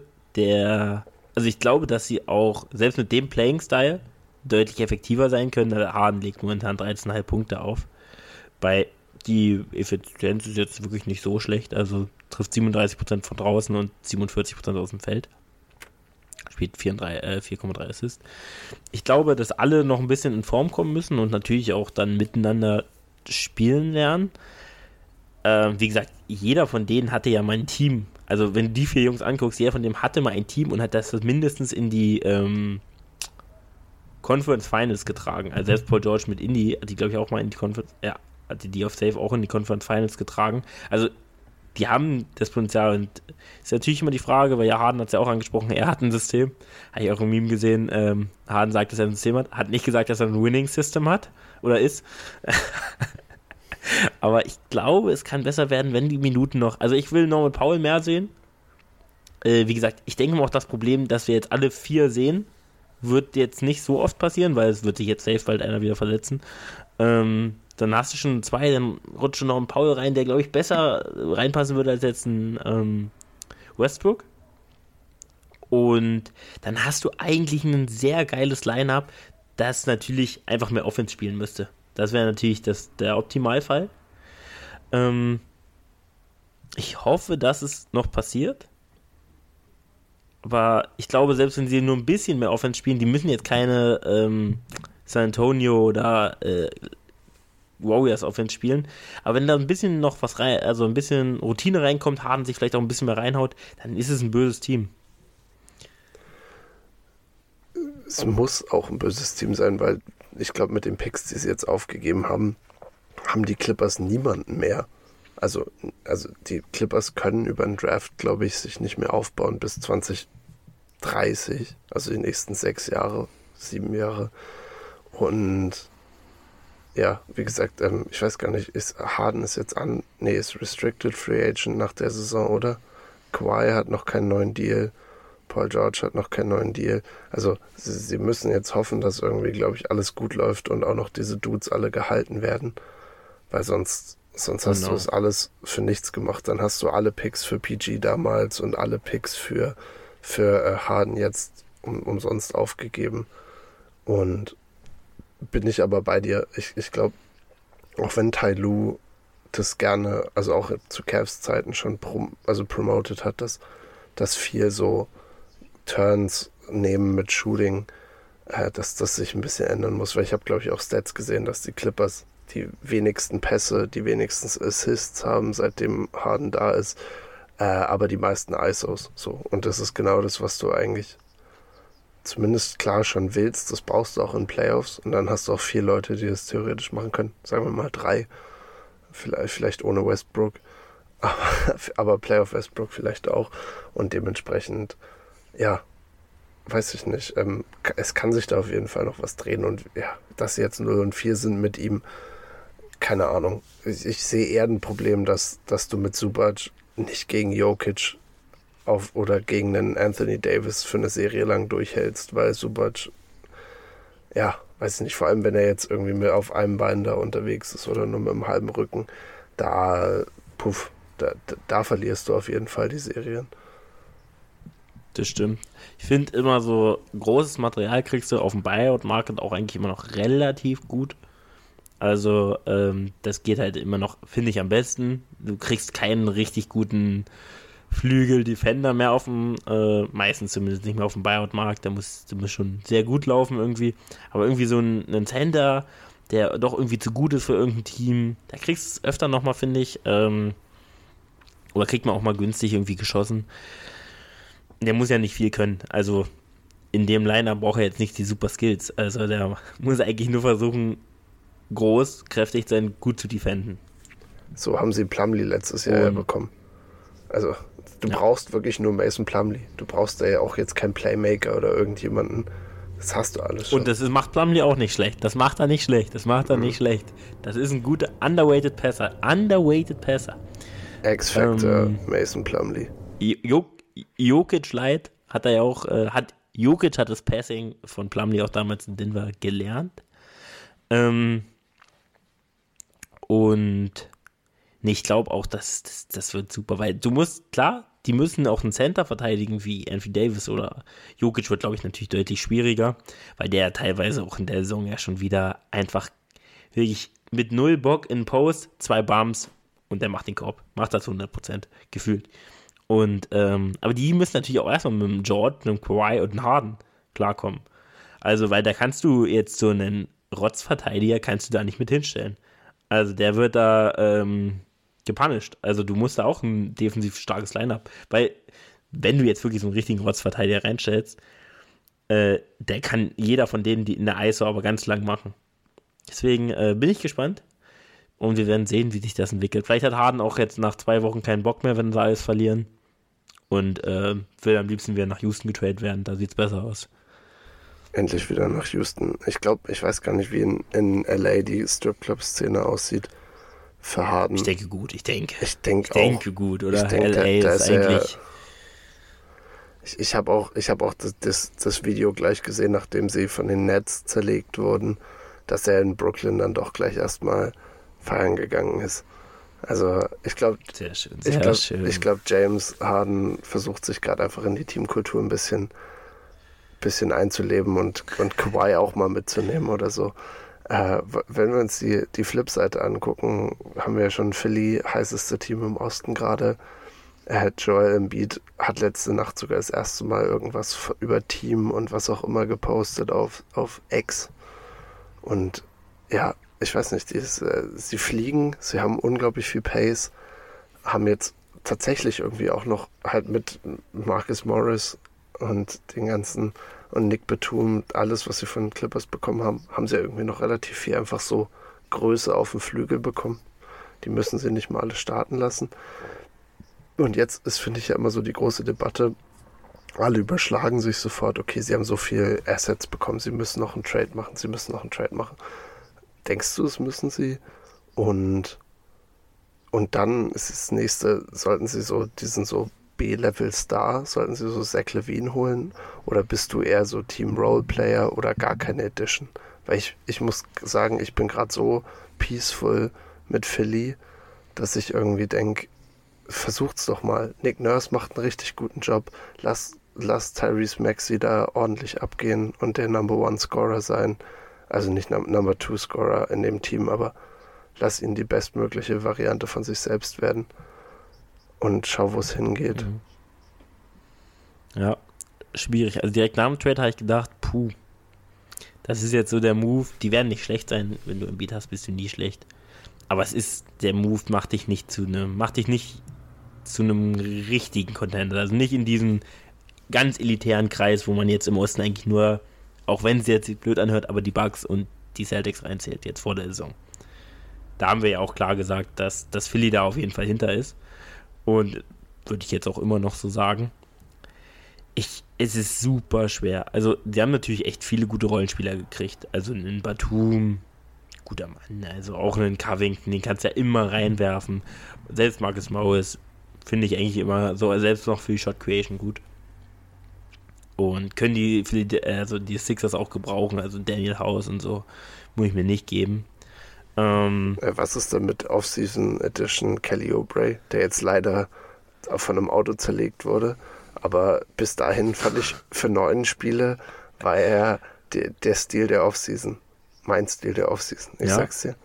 dass sie auch, selbst mit dem Playing-Style, deutlich effektiver sein können. Der Harden legt momentan 13,5 Punkte auf. Die Effizienz ist jetzt wirklich nicht so schlecht. Also trifft 37% von draußen und 47% aus dem Feld. Spielt 4,3 Assists. Ich glaube, dass alle noch ein bisschen in Form kommen müssen und natürlich auch dann miteinander spielen lernen. Wie gesagt, jeder von denen hatte ja mal ein Team. Also wenn du die 4 Jungs anguckst, jeder von dem hatte mal ein Team und hat das mindestens in die Conference Finals getragen. Also selbst Paul George mit Indy hat die, glaube ich, auch mal in die Conference, hatte die auf Safe auch in die Conference Finals getragen. Also die haben das Potenzial und ist natürlich immer die Frage, weil ja Harden hat es ja auch angesprochen, er hat ein System. Habe ich auch im Meme gesehen, Harden sagt, dass er ein System hat nicht gesagt, dass er ein Winning System hat oder ist. Aber ich glaube, es kann besser werden, wenn die Minuten noch, also ich will Norman Powell mehr sehen. Wie gesagt, ich denke mal auch das Problem, dass wir jetzt alle 4 sehen, wird jetzt nicht so oft passieren, weil es wird sich jetzt safe bald einer wieder verletzen. Dann hast du schon 2, dann rutscht schon noch ein Paul rein, der, glaube ich, besser reinpassen würde als jetzt ein Westbrook. Und dann hast du eigentlich ein sehr geiles Line-Up, das natürlich einfach mehr Offense spielen müsste. Das wäre natürlich der Optimalfall. Ich hoffe, dass es noch passiert. Aber ich glaube, selbst wenn sie nur ein bisschen mehr Offense spielen, die müssen jetzt keine San Antonio oder Warriors Offense spielen. Aber wenn da ein bisschen noch was rein, also ein bisschen Routine reinkommt, Harden sich vielleicht auch ein bisschen mehr reinhaut, dann ist es ein böses Team. Es muss auch ein böses Team sein, weil ich glaube, mit den Picks, die sie jetzt aufgegeben haben, haben die Clippers niemanden mehr. Also die Clippers können über einen Draft, glaube ich, sich nicht mehr aufbauen bis 2030, also die nächsten 6 Jahre, 7 Jahre. Und ja, wie gesagt, ich weiß gar nicht, Harden ist jetzt ist Restricted Free Agent nach der Saison, oder? Kawhi hat noch keinen neuen Deal. Paul George hat noch keinen neuen Deal. Also sie müssen jetzt hoffen, dass irgendwie, glaube ich, alles gut läuft und auch noch diese Dudes alle gehalten werden. Weil sonst hast du es alles für nichts gemacht. Dann hast du alle Picks für PG damals und alle Picks für Harden jetzt umsonst aufgegeben. Und bin ich aber bei dir. Ich glaube, auch wenn Ty Lue das gerne, also auch zu Cavs Zeiten schon promoted hat, dass 4 so Turns nehmen mit Shooting, dass das sich ein bisschen ändern muss, weil ich habe, glaube ich, auch Stats gesehen, dass die Clippers die wenigsten Pässe, die wenigsten Assists haben, seitdem Harden da ist, aber die meisten ISOs. So. Und das ist genau das, was du eigentlich zumindest klar schon willst. Das brauchst du auch in Playoffs und dann hast du auch 4 Leute, die das theoretisch machen können. Sagen wir mal 3, vielleicht ohne Westbrook, aber Playoff Westbrook vielleicht auch und dementsprechend, ja, weiß ich nicht. Es kann sich da auf jeden Fall noch was drehen und ja, dass sie jetzt 0-4 sind mit ihm, keine Ahnung. Ich sehe eher ein Problem, dass du mit Zubac nicht gegen Jokic oder gegen einen Anthony Davis für eine Serie lang durchhältst, weil Zubac, ja, weiß ich nicht, vor allem wenn er jetzt irgendwie mit auf einem Bein da unterwegs ist oder nur mit einem halben Rücken, da verlierst du auf jeden Fall die Serien. Das stimmt. Ich finde immer so großes Material kriegst du auf dem Buyout-Market auch eigentlich immer noch relativ gut. Also das geht halt immer noch, finde ich, am besten. Du kriegst keinen richtig guten Flügel-Defender mehr auf dem, meistens zumindest nicht mehr auf dem Buyout-Markt. Der muss schon sehr gut laufen irgendwie. Aber irgendwie so einen Center, der doch irgendwie zu gut ist für irgendein Team, da kriegst du es öfter nochmal, finde ich. Oder kriegt man auch mal günstig irgendwie geschossen. Der muss ja nicht viel können. Also in dem Liner braucht er jetzt nicht die super Skills. Also der muss eigentlich nur versuchen, groß, kräftig sein, gut zu defenden. So haben sie Plumlee letztes Jahr ja bekommen. Also du brauchst wirklich nur Mason Plumlee. Du brauchst da ja auch jetzt keinen Playmaker oder irgendjemanden. Das hast du alles schon. Und das macht Plumlee auch nicht schlecht. Das macht er nicht schlecht. Das ist ein guter Underweighted Passer. X-Factor Mason Plumlee. Jokic Light hat er ja auch, Jokic hat das Passing von Plumlee auch damals in Denver gelernt. Und ich glaube auch, das wird super, weil du musst, klar, die müssen auch einen Center verteidigen wie Anthony Davis oder Jokic wird, glaube ich, natürlich deutlich schwieriger, weil der teilweise auch in der Saison ja schon wieder einfach wirklich mit 0 Bock in Post, 2 Bums und der macht den Korb. Macht das 100% gefühlt. Und, aber die müssen natürlich auch erstmal mit einem Jordan, einem Kawhi und einem Harden klarkommen. Also, weil da kannst du jetzt so einen Rotzverteidiger kannst du da nicht mit hinstellen. Also, der wird da gepunished. Also, du musst da auch ein defensiv starkes Line-Up. Weil, wenn du jetzt wirklich so einen richtigen Rotzverteidiger reinstellst, der kann jeder von denen, die in der ISO aber ganz lang machen. Deswegen bin ich gespannt. Und wir werden sehen, wie sich das entwickelt. Vielleicht hat Harden auch jetzt nach 2 Wochen keinen Bock mehr, wenn sie alles verlieren. Und will am liebsten wieder nach Houston getradet werden. Da sieht es besser aus. Endlich wieder nach Houston. Ich glaube, ich weiß gar nicht, wie in LA die Stripclub-Szene aussieht für Harden. Ich denke gut, ich denke gut, oder? Ich denke, LA ist eigentlich... Ich habe auch das Video gleich gesehen, nachdem sie von den Nets zerlegt wurden, dass er in Brooklyn dann doch gleich erstmal feiern gegangen ist. Also ich glaube, ich glaube, James Harden versucht sich gerade einfach in die Teamkultur ein bisschen einzuleben und Kawhi auch mal mitzunehmen oder so. Wenn wir uns die Flipseite angucken, haben wir ja schon Philly, heißeste Team im Osten gerade. Joel Embiid hat letzte Nacht sogar das erste Mal irgendwas über Team und was auch immer gepostet auf X. Und ja, ich weiß nicht, sie fliegen, sie haben unglaublich viel Pace, haben jetzt tatsächlich irgendwie auch noch halt mit Marcus Morris und den ganzen und Nick Batum, alles, was sie von den Clippers bekommen haben sie irgendwie noch relativ viel einfach so Größe auf dem Flügel bekommen. Die müssen sie nicht mal alle starten lassen. Und jetzt ist, finde ich, ja immer so die große Debatte, alle überschlagen sich sofort, okay, sie haben so viel Assets bekommen, sie müssen noch einen Trade machen. Denkst du, es müssen sie? Und dann ist das nächste, sollten sie so diesen so B-Level-Star, sollten sie so Zach LaVine holen? Oder bist du eher so Team-Role-Player oder gar keine Edition? Weil ich muss sagen, ich bin gerade so peaceful mit Philly, dass ich irgendwie denke, versucht's doch mal. Nick Nurse macht einen richtig guten Job. Lass Tyrese Maxey da ordentlich abgehen und der Number One Scorer sein. Also nicht Number Two Scorer in dem Team, aber lass ihn die bestmögliche Variante von sich selbst werden. Und schau, wo es hingeht. Ja, schwierig. Also direkt nach dem Trade habe ich gedacht, das ist jetzt so der Move. Die werden nicht schlecht sein. Wenn du Embiid hast, bist du nie schlecht. Aber der Move macht dich nicht zu einem richtigen Contender. Also nicht in diesem ganz elitären Kreis, wo man jetzt im Osten eigentlich nur, auch wenn es jetzt blöd anhört, aber die Bucks und die Celtics reinzählt, jetzt vor der Saison. Da haben wir ja auch klar gesagt, dass Philly da auf jeden Fall hinter ist. Und würde ich jetzt auch immer noch so sagen. Es ist super schwer. Also, die haben natürlich echt viele gute Rollenspieler gekriegt. Also, einen Batum, guter Mann. Also, auch einen Covington, den kannst du ja immer reinwerfen. Selbst Marcus Morris finde ich eigentlich immer so, selbst noch für die Shot Creation gut. Und können die Sixers auch gebrauchen. Also, Daniel House und so muss ich mir nicht geben. Was ist denn mit Off-Season Edition Kelly Oubre, der jetzt leider von einem Auto zerlegt wurde? Aber bis dahin fand ich, für 9 Spiele war er der Stil der Offseason. Mein Stil der Offseason. Ich sag's dir.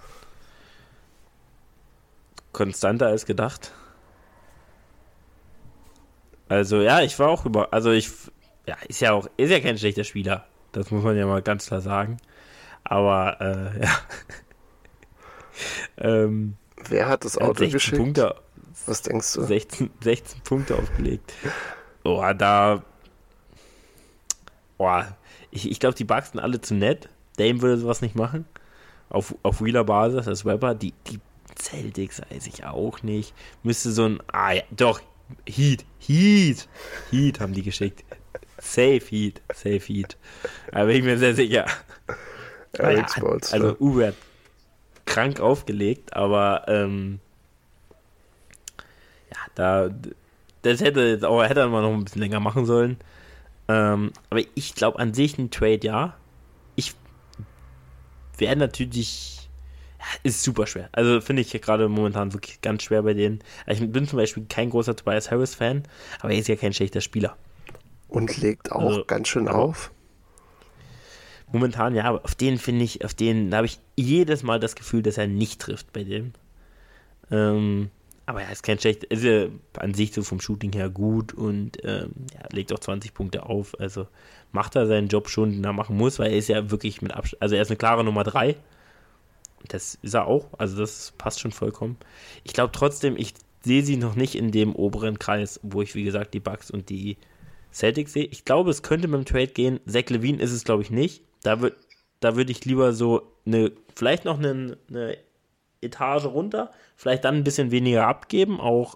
Konstanter als gedacht. Also ja, ich war auch ist ja kein schlechter Spieler. Das muss man ja mal ganz klar sagen. Aber wer hat das Auto geschickt? Punkte, was denkst du? 16 Punkte aufgelegt. Ich glaube, die Bucks sind alle zu nett. Dame würde sowas nicht machen. Auf realer Basis als Rapper. Die Celtics weiß ich auch nicht. Müsste so ein... Heat haben die geschickt. Safe Heat. Da bin ich mir sehr sicher. Also Uwe hat krank aufgelegt, aber das hätte man noch ein bisschen länger machen sollen. Aber ich glaube an sich ein Trade, ja. Ich wäre natürlich, ist super schwer. Also finde ich gerade momentan wirklich ganz schwer bei denen. Ich bin zum Beispiel kein großer Tobias Harris-Fan, aber er ist ja kein schlechter Spieler. Und legt auch ganz schön auf. Momentan ja, aber da habe ich jedes Mal das Gefühl, dass er nicht trifft bei dem. Aber er ist kein schlechter, ist ja an sich so vom Shooting her gut und legt auch 20 Punkte auf. Also macht er seinen Job schon, den er machen muss, weil er ist ja wirklich also er ist eine klare Nummer 3. Das ist er auch, also das passt schon vollkommen. Ich glaube trotzdem, ich sehe sie noch nicht in dem oberen Kreis, wo ich, wie gesagt, die Bucks und die Celtics sehe. Ich glaube, es könnte mit dem Trade gehen. Zach LaVine ist es, glaube ich, nicht. Da würde ich lieber so vielleicht noch eine Etage runter, vielleicht dann ein bisschen weniger abgeben, auch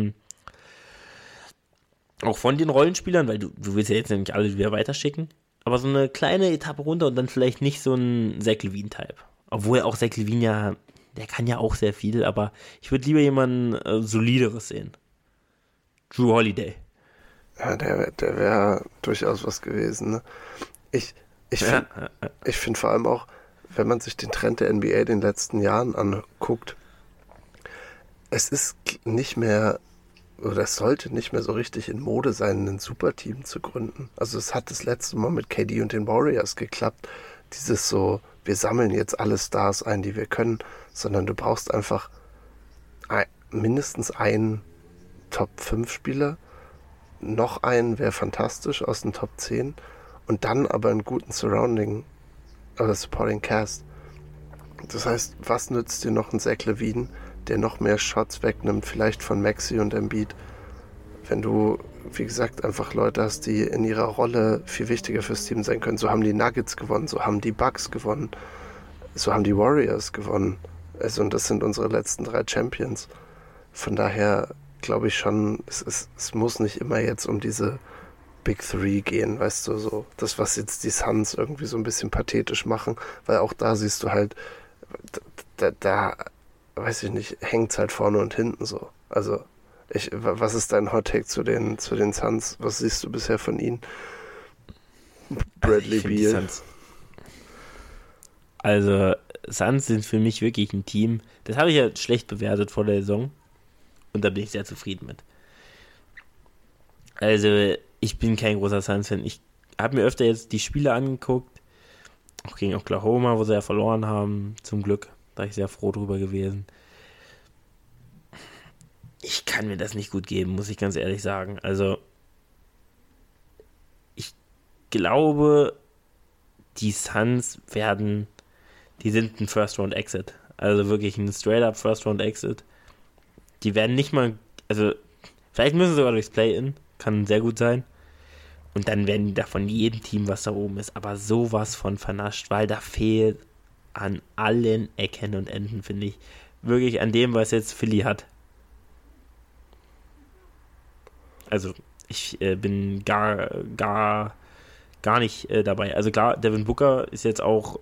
von den Rollenspielern, weil du willst ja jetzt nicht alle wieder weiterschicken, aber so eine kleine Etappe runter und dann vielleicht nicht so ein Zach LaVine-Type. Obwohl auch Zach LaVine ja, der kann ja auch sehr viel, aber ich würde lieber jemanden Solideres sehen. Drew Holiday. Ja, der wäre durchaus was gewesen. Ne? Ich finde vor allem auch, wenn man sich den Trend der NBA in den letzten Jahren anguckt, es ist nicht mehr, oder es sollte nicht mehr so richtig in Mode sein, ein Superteam zu gründen. Also es hat das letzte Mal mit KD und den Warriors geklappt. Dieses so, wir sammeln jetzt alle Stars ein, die wir können, sondern du brauchst einfach mindestens einen Top-5-Spieler, noch einen wäre fantastisch aus den Top 10 und dann aber einen guten Supporting Cast. Das heißt, was nützt dir noch ein Zach LaVine, der noch mehr Shots wegnimmt, vielleicht von Maxey und Embiid, wenn du, wie gesagt, einfach Leute hast, die in ihrer Rolle viel wichtiger fürs Team sein können. So haben die Nuggets gewonnen, so haben die Bucks gewonnen, so haben die Warriors gewonnen. Also, und das sind unsere letzten 3 Champions. Von daher glaube ich schon, es muss nicht immer jetzt um diese Big Three gehen, weißt du, so das, was jetzt die Suns irgendwie so ein bisschen pathetisch machen, weil auch da siehst du halt, da weiß ich nicht, hängt's halt vorne und hinten so. Also, was ist dein Hot Take zu den Suns? Was siehst du bisher von ihnen? Bradley Beal. Also, Suns sind für mich wirklich ein Team, das habe ich ja schlecht bewertet vor der Saison und da bin ich sehr zufrieden mit. Also, ich bin kein großer Suns-Fan. Ich habe mir öfter jetzt die Spiele angeguckt, auch gegen Oklahoma, wo sie ja verloren haben, zum Glück. Da bin ich sehr froh drüber gewesen. Ich kann mir das nicht gut geben, muss ich ganz ehrlich sagen. Also, glaube, die Suns die sind ein First-Round-Exit. Also wirklich ein straight-up First-Round-Exit. Die werden nicht mal, also vielleicht müssen sie sogar durchs Play-In, kann sehr gut sein. Und dann werden die da von jedem Team, was da oben ist, aber sowas von vernascht, weil da fehlt an allen Ecken und Enden, finde ich. Wirklich an dem, was jetzt Philly hat. Also, ich bin gar nicht dabei. Also klar, Devin Booker ist jetzt auch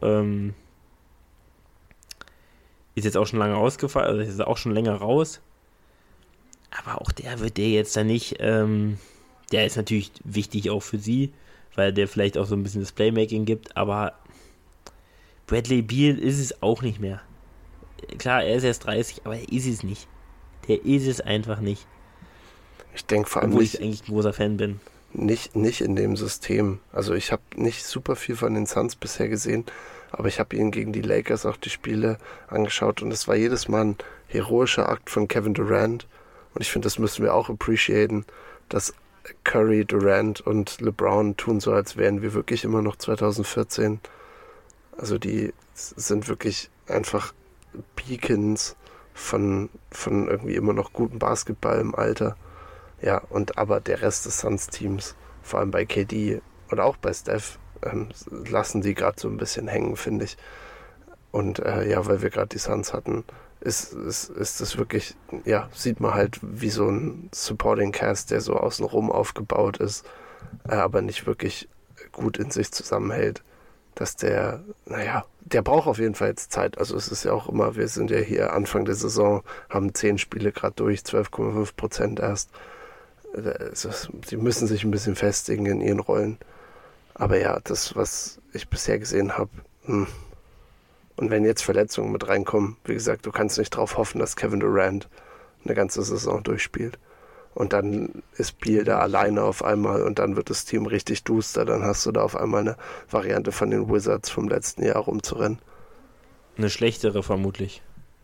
schon lange ausgefallen, also ist auch schon länger raus. Aber auch der wird der jetzt dann nicht, der ist natürlich wichtig auch für sie, weil der vielleicht auch so ein bisschen das Playmaking gibt, aber Bradley Beal ist es auch nicht mehr. Klar, er ist erst 30, aber er ist es nicht. Der ist es einfach nicht. Ich denke vor allem obwohl nicht, ich eigentlich ein großer Fan bin. Nicht in dem System. Also ich habe nicht super viel von den Suns bisher gesehen, aber ich habe ihnen gegen die Lakers auch die Spiele angeschaut und es war jedes Mal ein heroischer Akt von Kevin Durant und ich finde, das müssen wir auch appreciaten, dass Curry, Durant und LeBron tun so, als wären wir wirklich immer noch 2014. Also die sind wirklich einfach Beacons von irgendwie immer noch gutem Basketball im Alter. Ja, und aber der Rest des Suns-Teams, vor allem bei KD und auch bei Steph, lassen die gerade so ein bisschen hängen, finde ich. Und ja, weil wir gerade die Suns hatten, ist das wirklich, ja, sieht man halt wie so ein Supporting Cast, der so außenrum aufgebaut ist, aber nicht wirklich gut in sich zusammenhält. Dass der braucht auf jeden Fall jetzt Zeit. Also es ist ja auch immer, wir sind ja hier Anfang der Saison, haben 10 Spiele gerade durch, 12,5% erst. Sie müssen sich ein bisschen festigen in ihren Rollen. Aber ja, das, was ich bisher gesehen habe, und wenn jetzt Verletzungen mit reinkommen, wie gesagt, du kannst nicht darauf hoffen, dass Kevin Durant eine ganze Saison durchspielt. Und dann ist Beal da alleine auf einmal und dann wird das Team richtig duster. Dann hast du da auf einmal eine Variante von den Wizards vom letzten Jahr rumzurennen. Eine schlechtere vermutlich.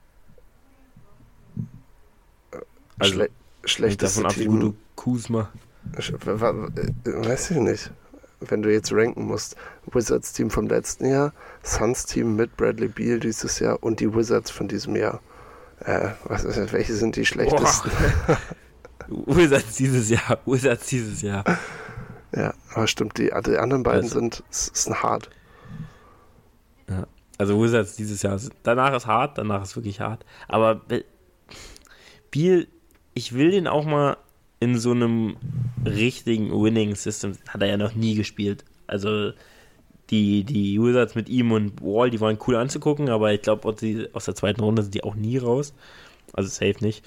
Also, schlechteste davon Team. ab, du Kuzma. Weiß ich nicht. Wenn du jetzt ranken musst. Wizards Team vom letzten Jahr, Suns Team mit Bradley Beal dieses Jahr und die Wizards von diesem Jahr. Welche sind die schlechtesten? Wizards dieses Jahr. Ja, aber stimmt, die anderen beiden sind hart. Ja, also Wizards dieses Jahr. Danach ist hart, danach ist wirklich hart. Aber Beal, ich will den auch mal in so einem richtigen Winning-System, hat er ja noch nie gespielt. Also die Wizards mit ihm und Wall, die waren cool anzugucken, aber ich glaube, aus der zweiten Runde sind die auch nie raus. Also safe nicht.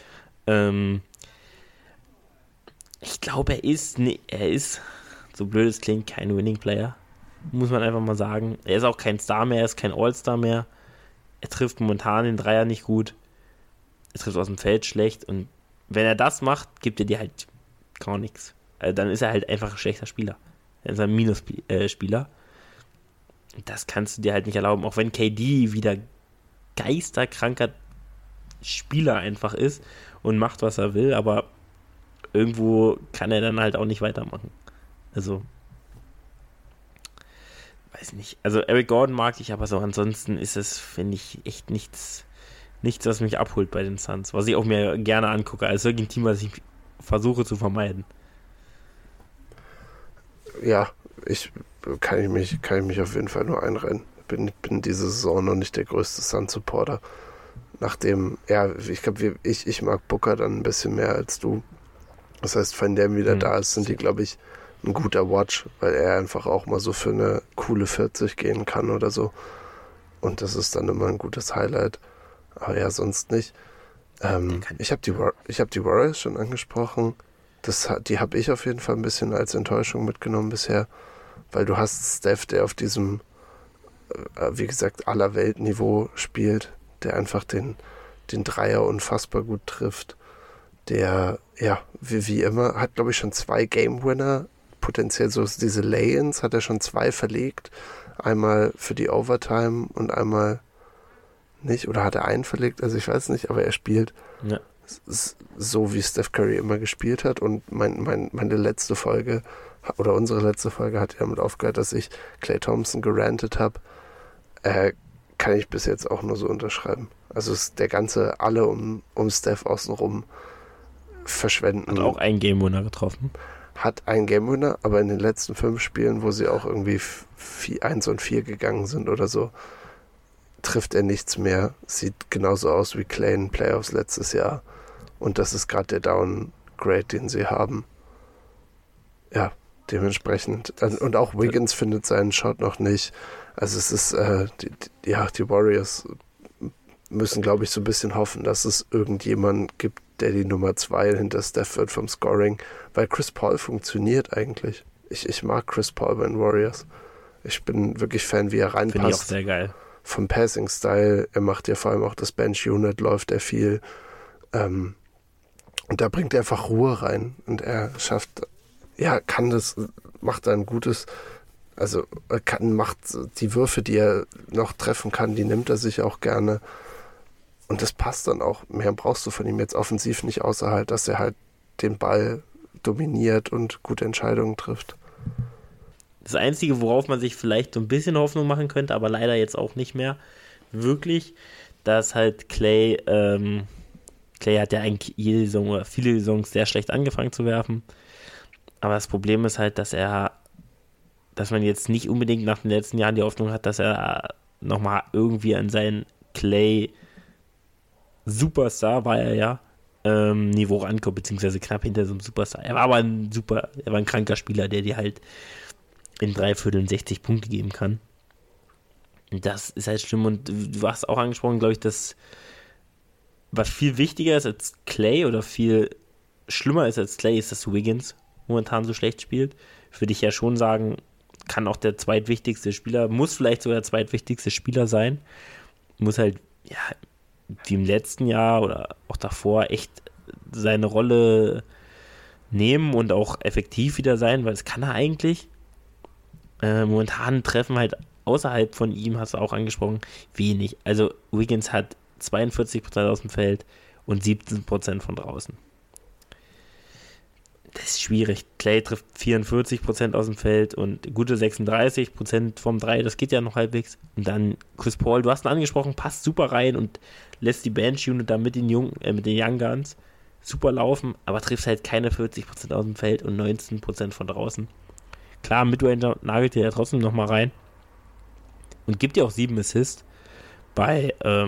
Ich glaube, er ist, so blöd es klingt, kein Winning-Player. Muss man einfach mal sagen. Er ist auch kein Star mehr, er ist kein All-Star mehr. Er trifft momentan den Dreier nicht gut. Er trifft aus dem Feld schlecht. Und wenn er das macht, gibt er dir halt gar nichts. Also dann ist er halt einfach ein schlechter Spieler. Dann ist er ein Minus-Spieler. Das kannst du dir halt nicht erlauben. Auch wenn KD wieder geisterkranker Spieler einfach ist und macht, was er will, aber irgendwo kann er dann halt auch nicht weitermachen. Also, weiß nicht. Also Eric Gordon mag ich, aber so ansonsten ist es, finde ich, echt nichts, was mich abholt bei den Suns, was ich auch mir gerne angucke. Also wirklich ein Team, was ich versuche zu vermeiden. Ja, kann ich mich auf jeden Fall nur einreihen. Bin diese Saison noch nicht der größte Suns-Supporter. Nachdem, ja, ich glaube, ich mag Booker dann ein bisschen mehr als du. Das heißt, wenn der wieder da ist, sind die, glaube ich, ein guter Watch, weil er einfach auch mal so für eine coole 40 gehen kann oder so. Und das ist dann immer ein gutes Highlight. Aber ja, sonst nicht. Ich habe die Warriors schon angesprochen. Die habe ich auf jeden Fall ein bisschen als Enttäuschung mitgenommen bisher, weil du hast Steph, der auf diesem, wie gesagt, Allerweltniveau spielt, der einfach den Dreier unfassbar gut trifft. Der, ja, wie immer, hat, glaube ich, schon 2 Game-Winner, potenziell so diese Lay-Ins, hat er schon 2 verlegt. Einmal für die Overtime und einmal nicht. Oder hat er einen verlegt? Also ich weiß nicht, aber er spielt so, wie Steph Curry immer gespielt hat. Und meine letzte Folge oder unsere letzte Folge hat ja damit aufgehört, dass ich Klay Thompson gerantet habe. Kann ich bis jetzt auch nur so unterschreiben. Also ist der ganze, alle um Steph außenrum verschwenden. Hat auch einen Game-Winner getroffen. Hat einen Game-Winner, aber in den letzten 5 Spielen, wo sie auch irgendwie 1 und 4 gegangen sind oder so, trifft er nichts mehr. Sieht genauso aus wie Klay in Playoffs letztes Jahr. Und das ist gerade der Downgrade, den sie haben. Ja, dementsprechend. Und auch Wiggins findet seinen Shot noch nicht. Also es ist, die Warriors müssen, glaube ich, so ein bisschen hoffen, dass es irgendjemand gibt, der die Nummer 2 hinter Steph wird vom Scoring, weil Chris Paul funktioniert eigentlich. Ich mag Chris Paul bei den Warriors. Ich bin wirklich Fan, wie er reinpasst. Finde ich auch sehr geil. Vom Passing-Style, er macht ja vor allem auch das Bench-Unit, läuft er viel. Und da bringt er einfach Ruhe rein. Und er schafft, macht ein gutes, macht die Würfe, die er noch treffen kann, die nimmt er sich auch gerne. Und das passt dann auch. Mehr brauchst du von ihm jetzt offensiv nicht, außer halt, dass er halt den Ball dominiert und gute Entscheidungen trifft. Das Einzige, worauf man sich vielleicht so ein bisschen Hoffnung machen könnte, aber leider jetzt auch nicht mehr wirklich, dass halt Klay hat ja eigentlich jede Saison oder viele Saisons sehr schlecht angefangen zu werfen. Aber das Problem ist halt, dass man jetzt nicht unbedingt nach den letzten Jahren die Hoffnung hat, dass er nochmal irgendwie an seinen Klay Superstar, war er ja, Niveau rankommt, beziehungsweise knapp hinter so einem Superstar. Er war ein kranker Spieler, der dir halt in 3 Vierteln 60 Punkte geben kann. Und das ist halt schlimm. Und du hast auch angesprochen, glaube ich, dass was viel wichtiger ist als Klay oder viel schlimmer ist als Klay, ist, dass Wiggins momentan so schlecht spielt. Würde ich ja schon sagen, kann auch der zweitwichtigste Spieler, muss vielleicht sogar der zweitwichtigste Spieler sein. Muss halt, ja, wie im letzten Jahr oder auch davor echt seine Rolle nehmen und auch effektiv wieder sein, weil das kann er eigentlich. Momentan treffen halt außerhalb von ihm, hast du auch angesprochen, wenig. Also Wiggins hat 42% aus dem Feld und 17% von draußen. Das ist schwierig. Klay trifft 44% aus dem Feld und gute 36% vom 3, das geht ja noch halbwegs. Und dann Chris Paul, du hast ihn angesprochen, passt super rein und lässt die Bench-Unit da mit den Young Guns super laufen, aber trifft halt keine 40% aus dem Feld und 19% von draußen. Klar, Midrange nagelt ihr ja trotzdem nochmal rein und gibt dir auch 7 Assists bei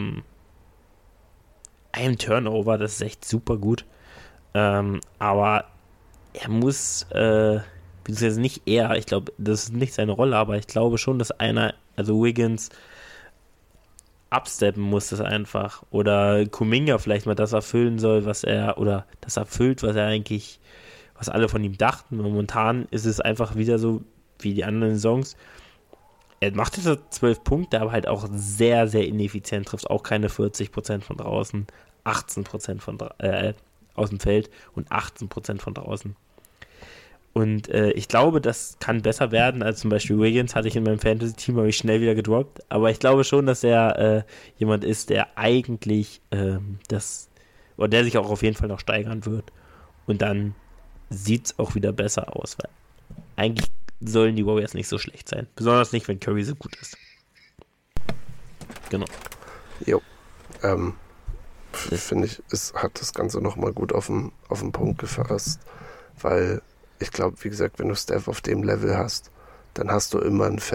einem Turnover, das ist echt super gut. Aber er muss, beziehungsweise nicht er, ich glaube, das ist nicht seine Rolle, aber ich glaube schon, dass also Wiggins upsteppen muss das einfach. Oder Kuminga vielleicht mal das erfüllen soll, was er eigentlich, was alle von ihm dachten. Momentan ist es einfach wieder so wie die anderen Saisons. Er macht jetzt 12 Punkte, aber halt auch sehr, sehr ineffizient. Trifft auch keine 40% von draußen, 18% aus dem Feld und 18% von draußen. Und ich glaube, das kann besser werden als zum Beispiel Wiggins, hatte ich in meinem Fantasy-Team, habe ich schnell wieder gedroppt. Aber ich glaube schon, dass er jemand ist, der eigentlich der sich auch auf jeden Fall noch steigern wird. Und dann sieht es auch wieder besser aus, weil eigentlich sollen die Warriors nicht so schlecht sein. Besonders nicht, wenn Curry so gut ist. Genau. Jo. Finde ich, es hat das Ganze nochmal gut auf den Punkt gefasst, weil ich glaube, wie gesagt, wenn du Steph auf dem Level hast, dann hast du immer ein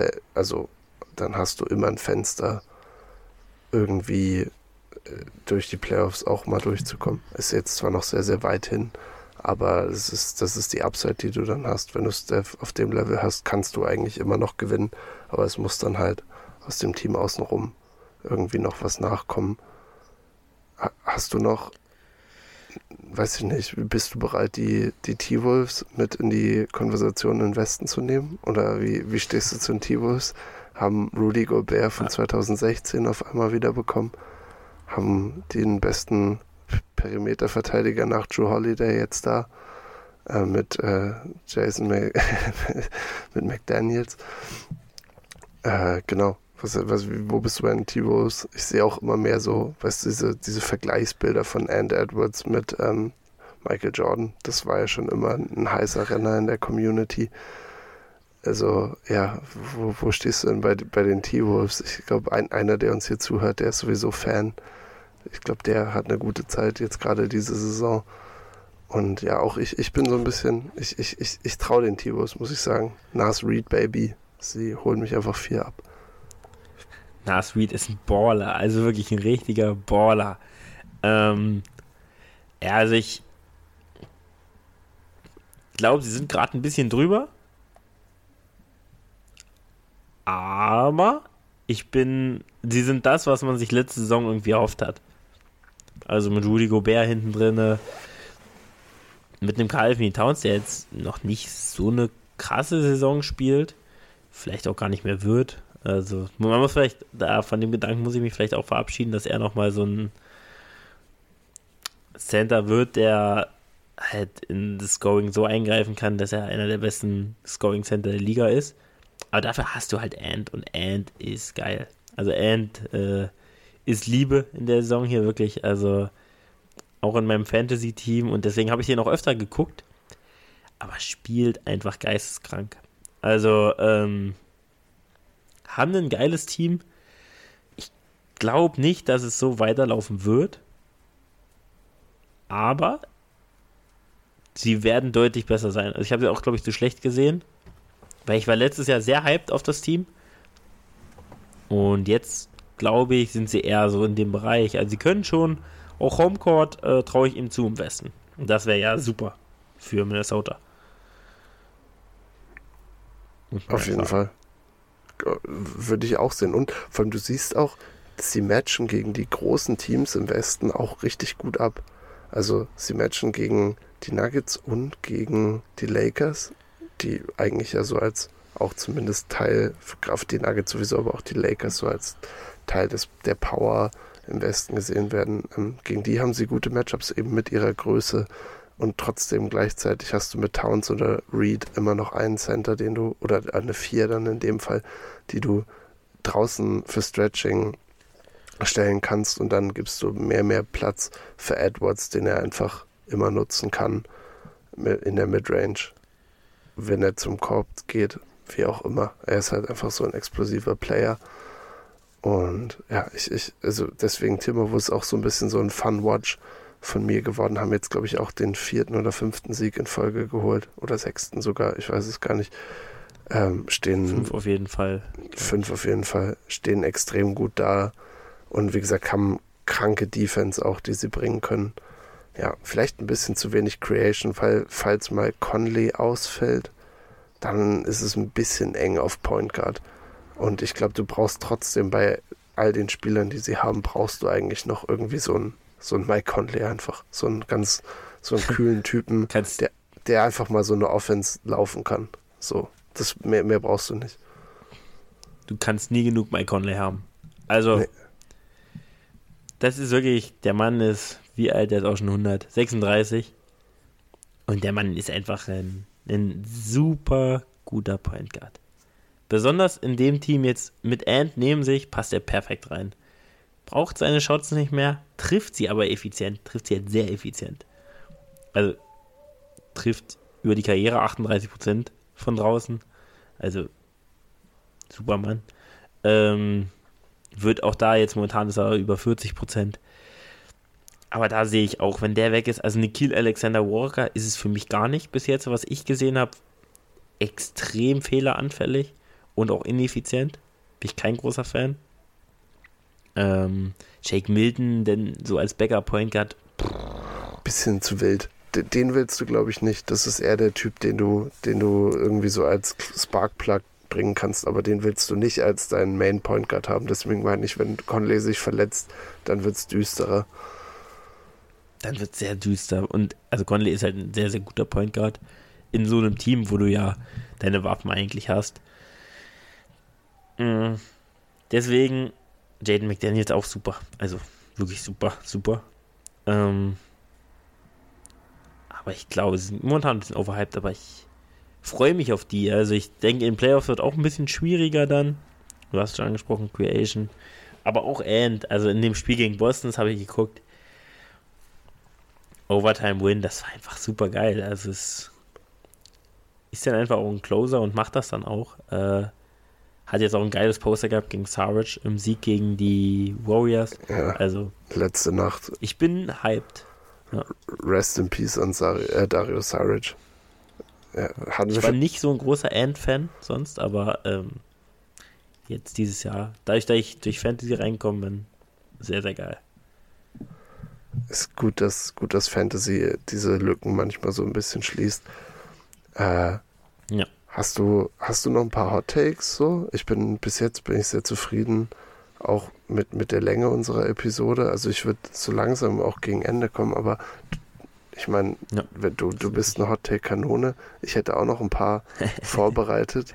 Fenster, irgendwie durch die Playoffs auch mal durchzukommen. Ist jetzt zwar noch sehr, sehr weit hin, aber das ist die Upside, die du dann hast. Wenn du Steph auf dem Level hast, kannst du eigentlich immer noch gewinnen, aber es muss dann halt aus dem Team außenrum irgendwie noch was nachkommen. Hast du noch, weiß ich nicht, bist du bereit, die T-Wolves mit in die Konversation im Westen zu nehmen? Oder wie stehst du zu den T-Wolves? Haben Rudy Gobert von 2016 auf einmal wiederbekommen? Haben den besten Perimeterverteidiger nach Drew Holiday jetzt da? Mit mit McDaniels. Genau. Wo bist du bei den T-Wolves? Ich sehe auch immer mehr so, weißt du, diese Vergleichsbilder von Ant Edwards mit Michael Jordan. Das war ja schon immer ein heißer Renner in der Community. Also, ja, wo stehst du denn bei den T-Wolves? Ich glaube, einer, der uns hier zuhört, der ist sowieso Fan. Ich glaube, der hat eine gute Zeit jetzt gerade diese Saison. Und ja, auch ich bin so ein bisschen, ich traue den T-Wolves, muss ich sagen. Nas Reed, Baby. Sie holen mich einfach 4 ab. Nas Reed ist ein Baller, also wirklich ein richtiger Baller. Ja, also ich glaube, sie sind gerade ein bisschen drüber. Aber sie sind das, was man sich letzte Saison irgendwie erhofft hat. Also mit Rudy Gobert hinten drin, mit einem Karl Anthony Towns, der jetzt noch nicht so eine krasse Saison spielt, vielleicht auch gar nicht mehr wird. Also man muss vielleicht, von dem Gedanken muss ich mich vielleicht auch verabschieden, dass er nochmal so ein Center wird, der halt in das Scoring so eingreifen kann, dass er einer der besten Scoring-Center der Liga ist. Aber dafür hast du halt Ant und Ant ist geil. Also Ant ist Liebe in der Saison hier wirklich, also auch in meinem Fantasy-Team und deswegen habe ich den auch öfter geguckt, aber spielt einfach geisteskrank. Also haben ein geiles Team. Ich glaube nicht, dass es so weiterlaufen wird, aber sie werden deutlich besser sein. Also ich habe sie auch, glaube ich, zu schlecht gesehen, weil ich war letztes Jahr sehr hyped auf das Team und jetzt, glaube ich, sind sie eher so in dem Bereich. Also sie können schon, auch Homecourt traue ich ihm zu im Westen. Und das wäre ja super für Minnesota. Auf jeden Fall. Würde ich auch sehen. Und vor allem, du siehst auch, dass sie matchen gegen die großen Teams im Westen auch richtig gut ab. Also sie matchen gegen die Nuggets und gegen die Lakers, die eigentlich ja so als auch zumindest Teil, die Nuggets sowieso, aber auch die Lakers so als Teil der Power im Westen gesehen werden. Gegen die haben sie gute Matchups eben mit ihrer Größe und trotzdem gleichzeitig hast du mit Towns oder Reed immer noch einen Center, den du, oder eine 4 dann in dem Fall, die du draußen für Stretching stellen kannst und dann gibst du mehr Platz für Edwards, den er einfach immer nutzen kann in der Midrange, wenn er zum Korb geht, wie auch immer. Er ist halt einfach so ein explosiver Player. Und ja, also deswegen Timberwolves auch so ein bisschen so ein Fun-Watch von mir geworden, haben jetzt, glaube ich, auch den 4. oder 5. Sieg in Folge geholt. Oder 6. sogar, ich weiß es gar nicht. Stehen 5 auf jeden Fall. 5 auf jeden Fall. Stehen extrem gut da. Und wie gesagt, haben kranke Defense auch, die sie bringen können. Ja, vielleicht ein bisschen zu wenig Creation, weil falls mal Conley ausfällt, dann ist es ein bisschen eng auf Point Guard. Und ich glaube, du brauchst trotzdem bei all den Spielern, die sie haben, brauchst du eigentlich noch irgendwie so ein Mike Conley einfach. So einen kühlen Typen, der einfach mal so eine Offense laufen kann. So, mehr brauchst du nicht. Du kannst nie genug Mike Conley haben. Also, nee. Das ist wirklich, der Mann ist, wie alt, der ist auch schon 136. Und der Mann ist einfach ein super guter Point Guard. Besonders in dem Team jetzt mit Ant neben sich passt er perfekt rein. Braucht seine Shots nicht mehr, trifft sie aber effizient, trifft sie halt sehr effizient. Also trifft über die Karriere 38% von draußen. Also Supermann. Wird auch da jetzt momentan ist er über 40%. Aber da sehe ich auch, wenn der weg ist, also Nickeil Alexander-Walker ist es für mich gar nicht bis jetzt, was ich gesehen habe, extrem fehleranfällig und auch ineffizient. Bin ich kein großer Fan. Shake Milton, denn so als Backup-Point Guard. Bisschen zu wild. Den willst du, glaube ich, nicht. Das ist eher der Typ, den du irgendwie so als Sparkplug bringen kannst, aber den willst du nicht als deinen Main Point Guard haben. Deswegen meine ich, wenn Conley sich verletzt, dann wird es düsterer. Dann wird es sehr düster. Und also Conley ist halt ein sehr, sehr guter Point Guard in so einem Team, wo du ja deine Waffen eigentlich hast. Deswegen Jaden McDaniels auch super. Also wirklich super. Aber ich glaube, sie sind momentan ein bisschen overhyped, aber ich freue mich auf die. Also ich denke, in Playoffs wird auch ein bisschen schwieriger dann. Du hast schon angesprochen, Creation. Aber auch Ant. Also in dem Spiel gegen Boston, das habe ich geguckt. Overtime-Win, das war einfach super geil. Also es ist dann einfach auch ein Closer und macht das dann auch. Hat jetzt auch ein geiles Poster gehabt gegen Saric im Sieg gegen die Warriors. Ja, also letzte Nacht. Ich bin hyped. Ja. Rest in Peace an Dario Saric. Ja, ich war nicht so ein großer Ant-Fan sonst, aber jetzt dieses Jahr, dadurch, dass ich durch Fantasy reingekommen bin, sehr, sehr geil. Ist gut, dass Fantasy diese Lücken manchmal so ein bisschen schließt. Ja. Hast du noch ein paar Hot Takes so? Bis jetzt bin ich sehr zufrieden, auch mit der Länge unserer Episode. Also ich würde so langsam auch gegen Ende kommen, aber ich meine, ja, du bist eine Hot Take Kanone. Ich hätte auch noch ein paar vorbereitet.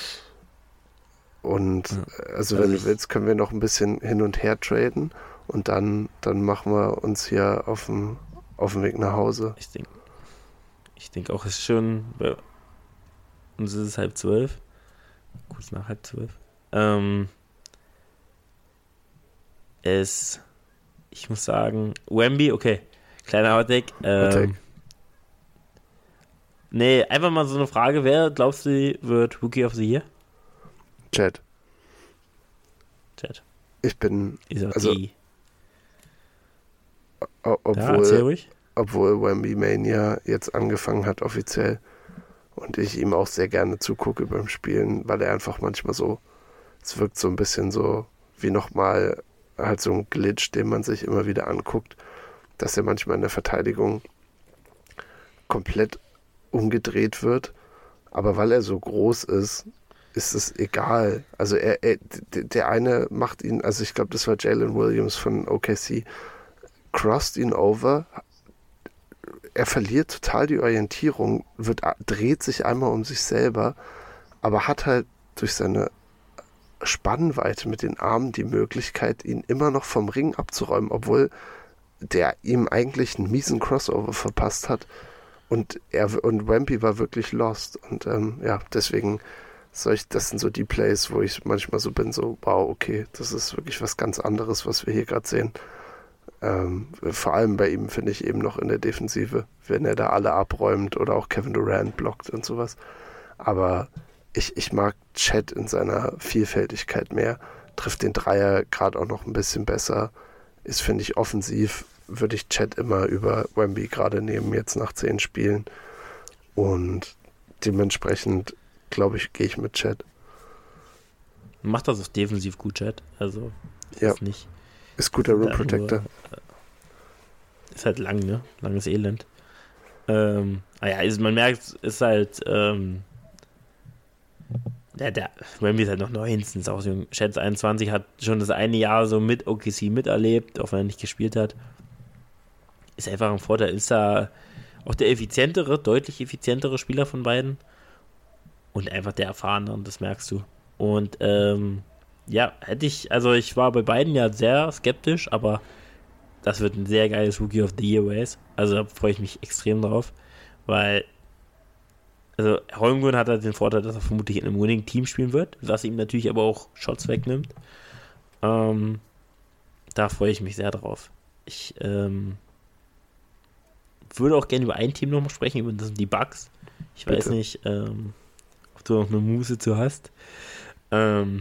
Und also wenn du willst, können wir noch ein bisschen hin und her traden und dann machen wir uns hier auf dem Weg nach Hause. Ich denke auch, es ist schon, uns ist es 11:30, kurz nach 11:30. Ich muss sagen, Wemby, okay, kleiner Outtake. Nee, einfach mal so eine Frage, wer glaubst du wird Rookie of the Year? Chat. Ich bin, also obwohl Wemby Mania jetzt angefangen hat offiziell und ich ihm auch sehr gerne zugucke beim Spielen, weil er einfach manchmal so, es wirkt so ein bisschen so wie nochmal halt so ein Glitch, den man sich immer wieder anguckt, dass er manchmal in der Verteidigung komplett umgedreht wird, aber weil er so groß ist es egal. Also der eine macht ihn, also ich glaube, das war Jalen Williams von OKC, crossed ihn over, er verliert total die Orientierung, dreht sich einmal um sich selber, aber hat halt durch seine Spannweite mit den Armen die Möglichkeit, ihn immer noch vom Ring abzuräumen, obwohl der ihm eigentlich einen miesen Crossover verpasst hat und Wemby war wirklich lost und deswegen das sind so die Plays, wo ich manchmal so bin, so wow, okay, das ist wirklich was ganz anderes, was wir hier gerade sehen. Vor allem bei ihm finde ich eben noch in der Defensive, wenn er da alle abräumt oder auch Kevin Durant blockt und sowas. Aber ich mag Chet in seiner Vielfältigkeit mehr, trifft den Dreier gerade auch noch ein bisschen besser, ist, finde ich, offensiv, würde ich Chet immer über Wemby gerade nehmen, jetzt nach 10 Spielen. Und dementsprechend, glaube ich, gehe ich mit Chet. Macht das auch defensiv gut, Chet. Also, ist nicht. Ist guter Rim Protector. Ist halt lang, ne? Langes Elend. Man merkt, ist halt, der Wemby ist halt noch 19, ist auch so jung. Chet 21, hat schon das eine Jahr so mit OKC miterlebt, auch wenn er nicht gespielt hat. Ist einfach ein Vorteil. Ist da auch der deutlich effizientere Spieler von beiden. Und einfach der erfahrene, und das merkst du. Und ich war bei beiden ja sehr skeptisch, aber das wird ein sehr geiles Rookie of the Year Race. Also da freue ich mich extrem drauf, weil Holmgren hat halt den Vorteil, dass er vermutlich in einem Winning-Team spielen wird, was ihm natürlich aber auch Shots wegnimmt. Da freue ich mich sehr drauf. Ich würde auch gerne über ein Team nochmal sprechen, über das sind die Bucks. Ich weiß nicht, ob du noch eine Muße zu hast. Meine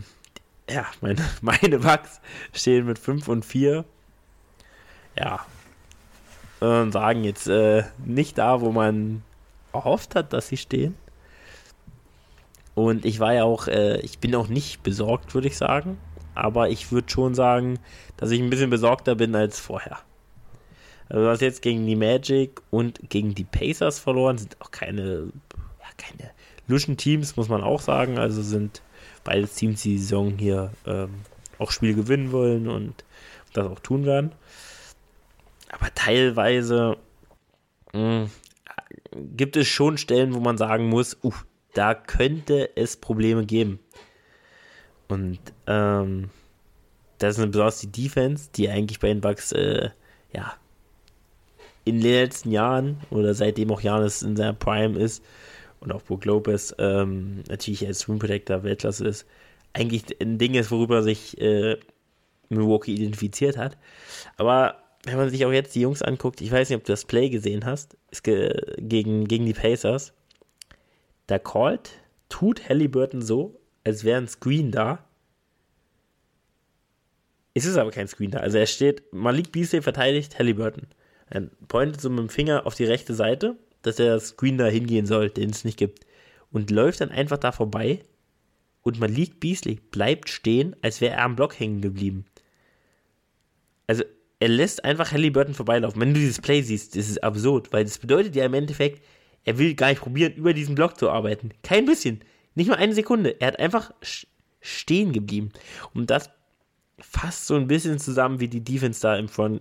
Bucks stehen mit 5-4. Ja. Und sagen jetzt nicht da, wo man erhofft hat, dass sie stehen. Und ich war ja auch, ich bin auch nicht besorgt, würde ich sagen. Aber ich würde schon sagen, dass ich ein bisschen besorgter bin als vorher. Also was jetzt gegen die Magic und gegen die Pacers verloren, sind auch keine Luschen-Teams, muss man auch sagen. Also sind beides Teams, die Saison hier auch Spiele gewinnen wollen und das auch tun werden. Aber teilweise gibt es schon Stellen, wo man sagen muss, da könnte es Probleme geben. Und das ist besonders die Defense, die eigentlich bei den Bucks in den letzten Jahren oder seitdem auch Giannis in seiner Prime ist und auch Brook Lopez natürlich als Rim Protector Weltklasse ist, eigentlich ein Ding ist, worüber sich Milwaukee identifiziert hat. Aber wenn man sich auch jetzt die Jungs anguckt, ich weiß nicht, ob du das Play gesehen hast, gegen die Pacers, da tut Halliburton so, als wäre ein Screen da. Es ist aber kein Screen da. Also er steht, Malik Beasley verteidigt Halliburton. Er pointet so mit dem Finger auf die rechte Seite, dass der Screen da hingehen soll, den es nicht gibt. Und läuft dann einfach da vorbei und Malik Beasley bleibt stehen, als wäre er am Block hängen geblieben. Also er lässt einfach Halliburton vorbeilaufen. Wenn du dieses Play siehst, das ist absurd, weil das bedeutet ja im Endeffekt, er will gar nicht probieren, über diesen Block zu arbeiten. Kein bisschen. Nicht mal eine Sekunde. Er hat einfach stehen geblieben. Und das fasst so ein bisschen zusammen, wie die Defense da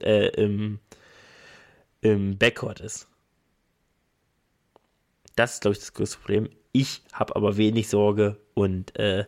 im Backcourt ist. Das ist, glaube ich, das größte Problem. Ich habe aber wenig Sorge und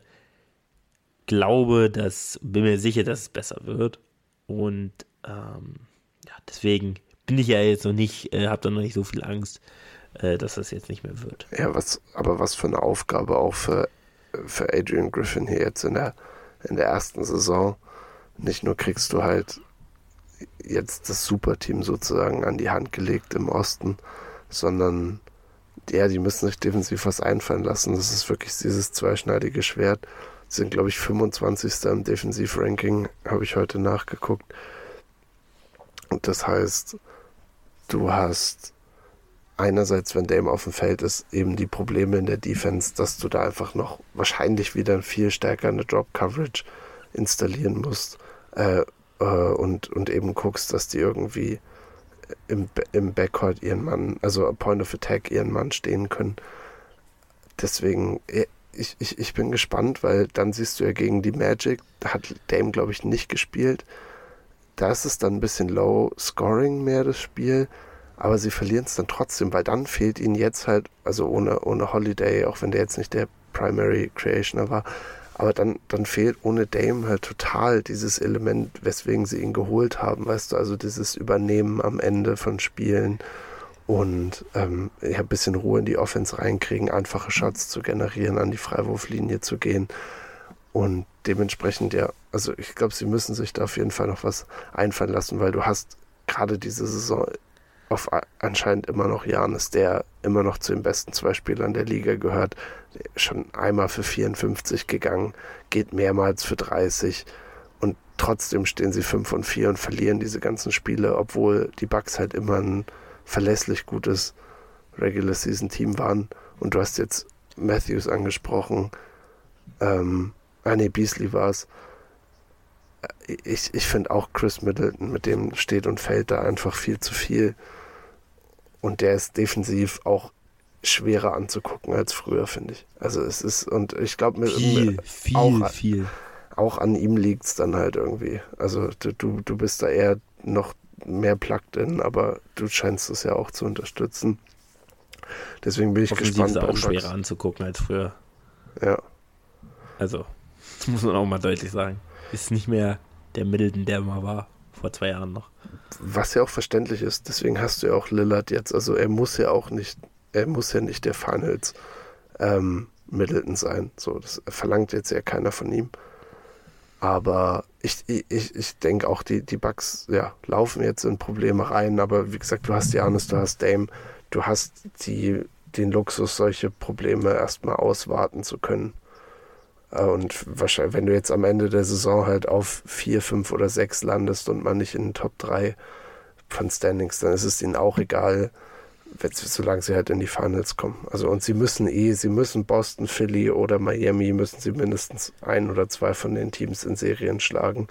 bin mir sicher, dass es besser wird. Und deswegen bin ich ja jetzt noch nicht, habe da noch nicht so viel Angst, dass das jetzt nicht mehr wird. Ja, was für eine Aufgabe auch für Adrian Griffin hier jetzt in der ersten Saison. Nicht nur kriegst du halt jetzt das Superteam sozusagen an die Hand gelegt im Osten, sondern die müssen sich defensiv was einfallen lassen. Das ist wirklich dieses zweischneidige Schwert. Sie sind, glaube ich, 25. im Defensivranking, habe ich heute nachgeguckt. Und das heißt, du hast einerseits, wenn Dame auf dem Feld ist, eben die Probleme in der Defense, dass du da einfach noch wahrscheinlich wieder viel stärker eine Drop-Coverage installieren musst und eben guckst, dass die irgendwie im Backcourt ihren Mann, also Point of Attack ihren Mann stehen können. Deswegen, ich bin gespannt, weil dann siehst du ja gegen die Magic, da hat Dame, glaube ich, nicht gespielt. Da ist es dann ein bisschen Low-Scoring mehr, das Spiel, aber sie verlieren es dann trotzdem, weil dann fehlt ihnen jetzt halt, also ohne Holiday, auch wenn der jetzt nicht der Primary Creationer war, aber dann fehlt ohne Dame halt total dieses Element, weswegen sie ihn geholt haben, weißt du, also dieses Übernehmen am Ende von Spielen und ein bisschen Ruhe in die Offense reinkriegen, einfache Shots zu generieren, an die Freiwurflinie zu gehen und dementsprechend ja, also ich glaube, sie müssen sich da auf jeden Fall noch was einfallen lassen, weil du hast gerade diese Saison auf anscheinend immer noch Giannis, der immer noch zu den besten 2 Spielern der Liga gehört, schon einmal für 54 gegangen, geht mehrmals für 30 und trotzdem stehen sie 5-4 und verlieren diese ganzen Spiele, obwohl die Bucks halt immer ein verlässlich gutes Regular-Season-Team waren. Und du hast jetzt Matthews angesprochen, Beasley war es. Ich finde auch Chris Middleton, mit dem steht und fällt da einfach viel zu viel. Und der ist defensiv auch schwerer anzugucken als früher, finde ich. Also es ist, und ich glaube, viel. Auch an ihm liegt es dann halt irgendwie. Also du bist da eher noch mehr plugged in, aber du scheinst es ja auch zu unterstützen. Deswegen bin ich gespannt. Ist auch schwerer anzugucken als früher. Ja. Also, das muss man auch mal deutlich sagen. Ist nicht mehr der Middleton, der mal war, vor 2 Jahren noch. Was ja auch verständlich ist, deswegen hast du ja auch Lillard jetzt, also er muss ja nicht der Finals Middleton sein. So, das verlangt jetzt ja keiner von ihm. Aber ich denke auch, die Bucks laufen jetzt in Probleme rein, aber wie gesagt, du hast Giannis, du hast Dame, du hast den Luxus, solche Probleme erstmal auswarten zu können. Und wahrscheinlich, wenn du jetzt am Ende der Saison halt auf 4, 5 oder 6 landest und man nicht in den Top 3 von Standings, dann ist es ihnen auch egal, solange sie halt in die Finals kommen. Also und sie müssen Boston, Philly oder Miami, müssen sie mindestens 1 oder 2 von den Teams in Serien schlagen.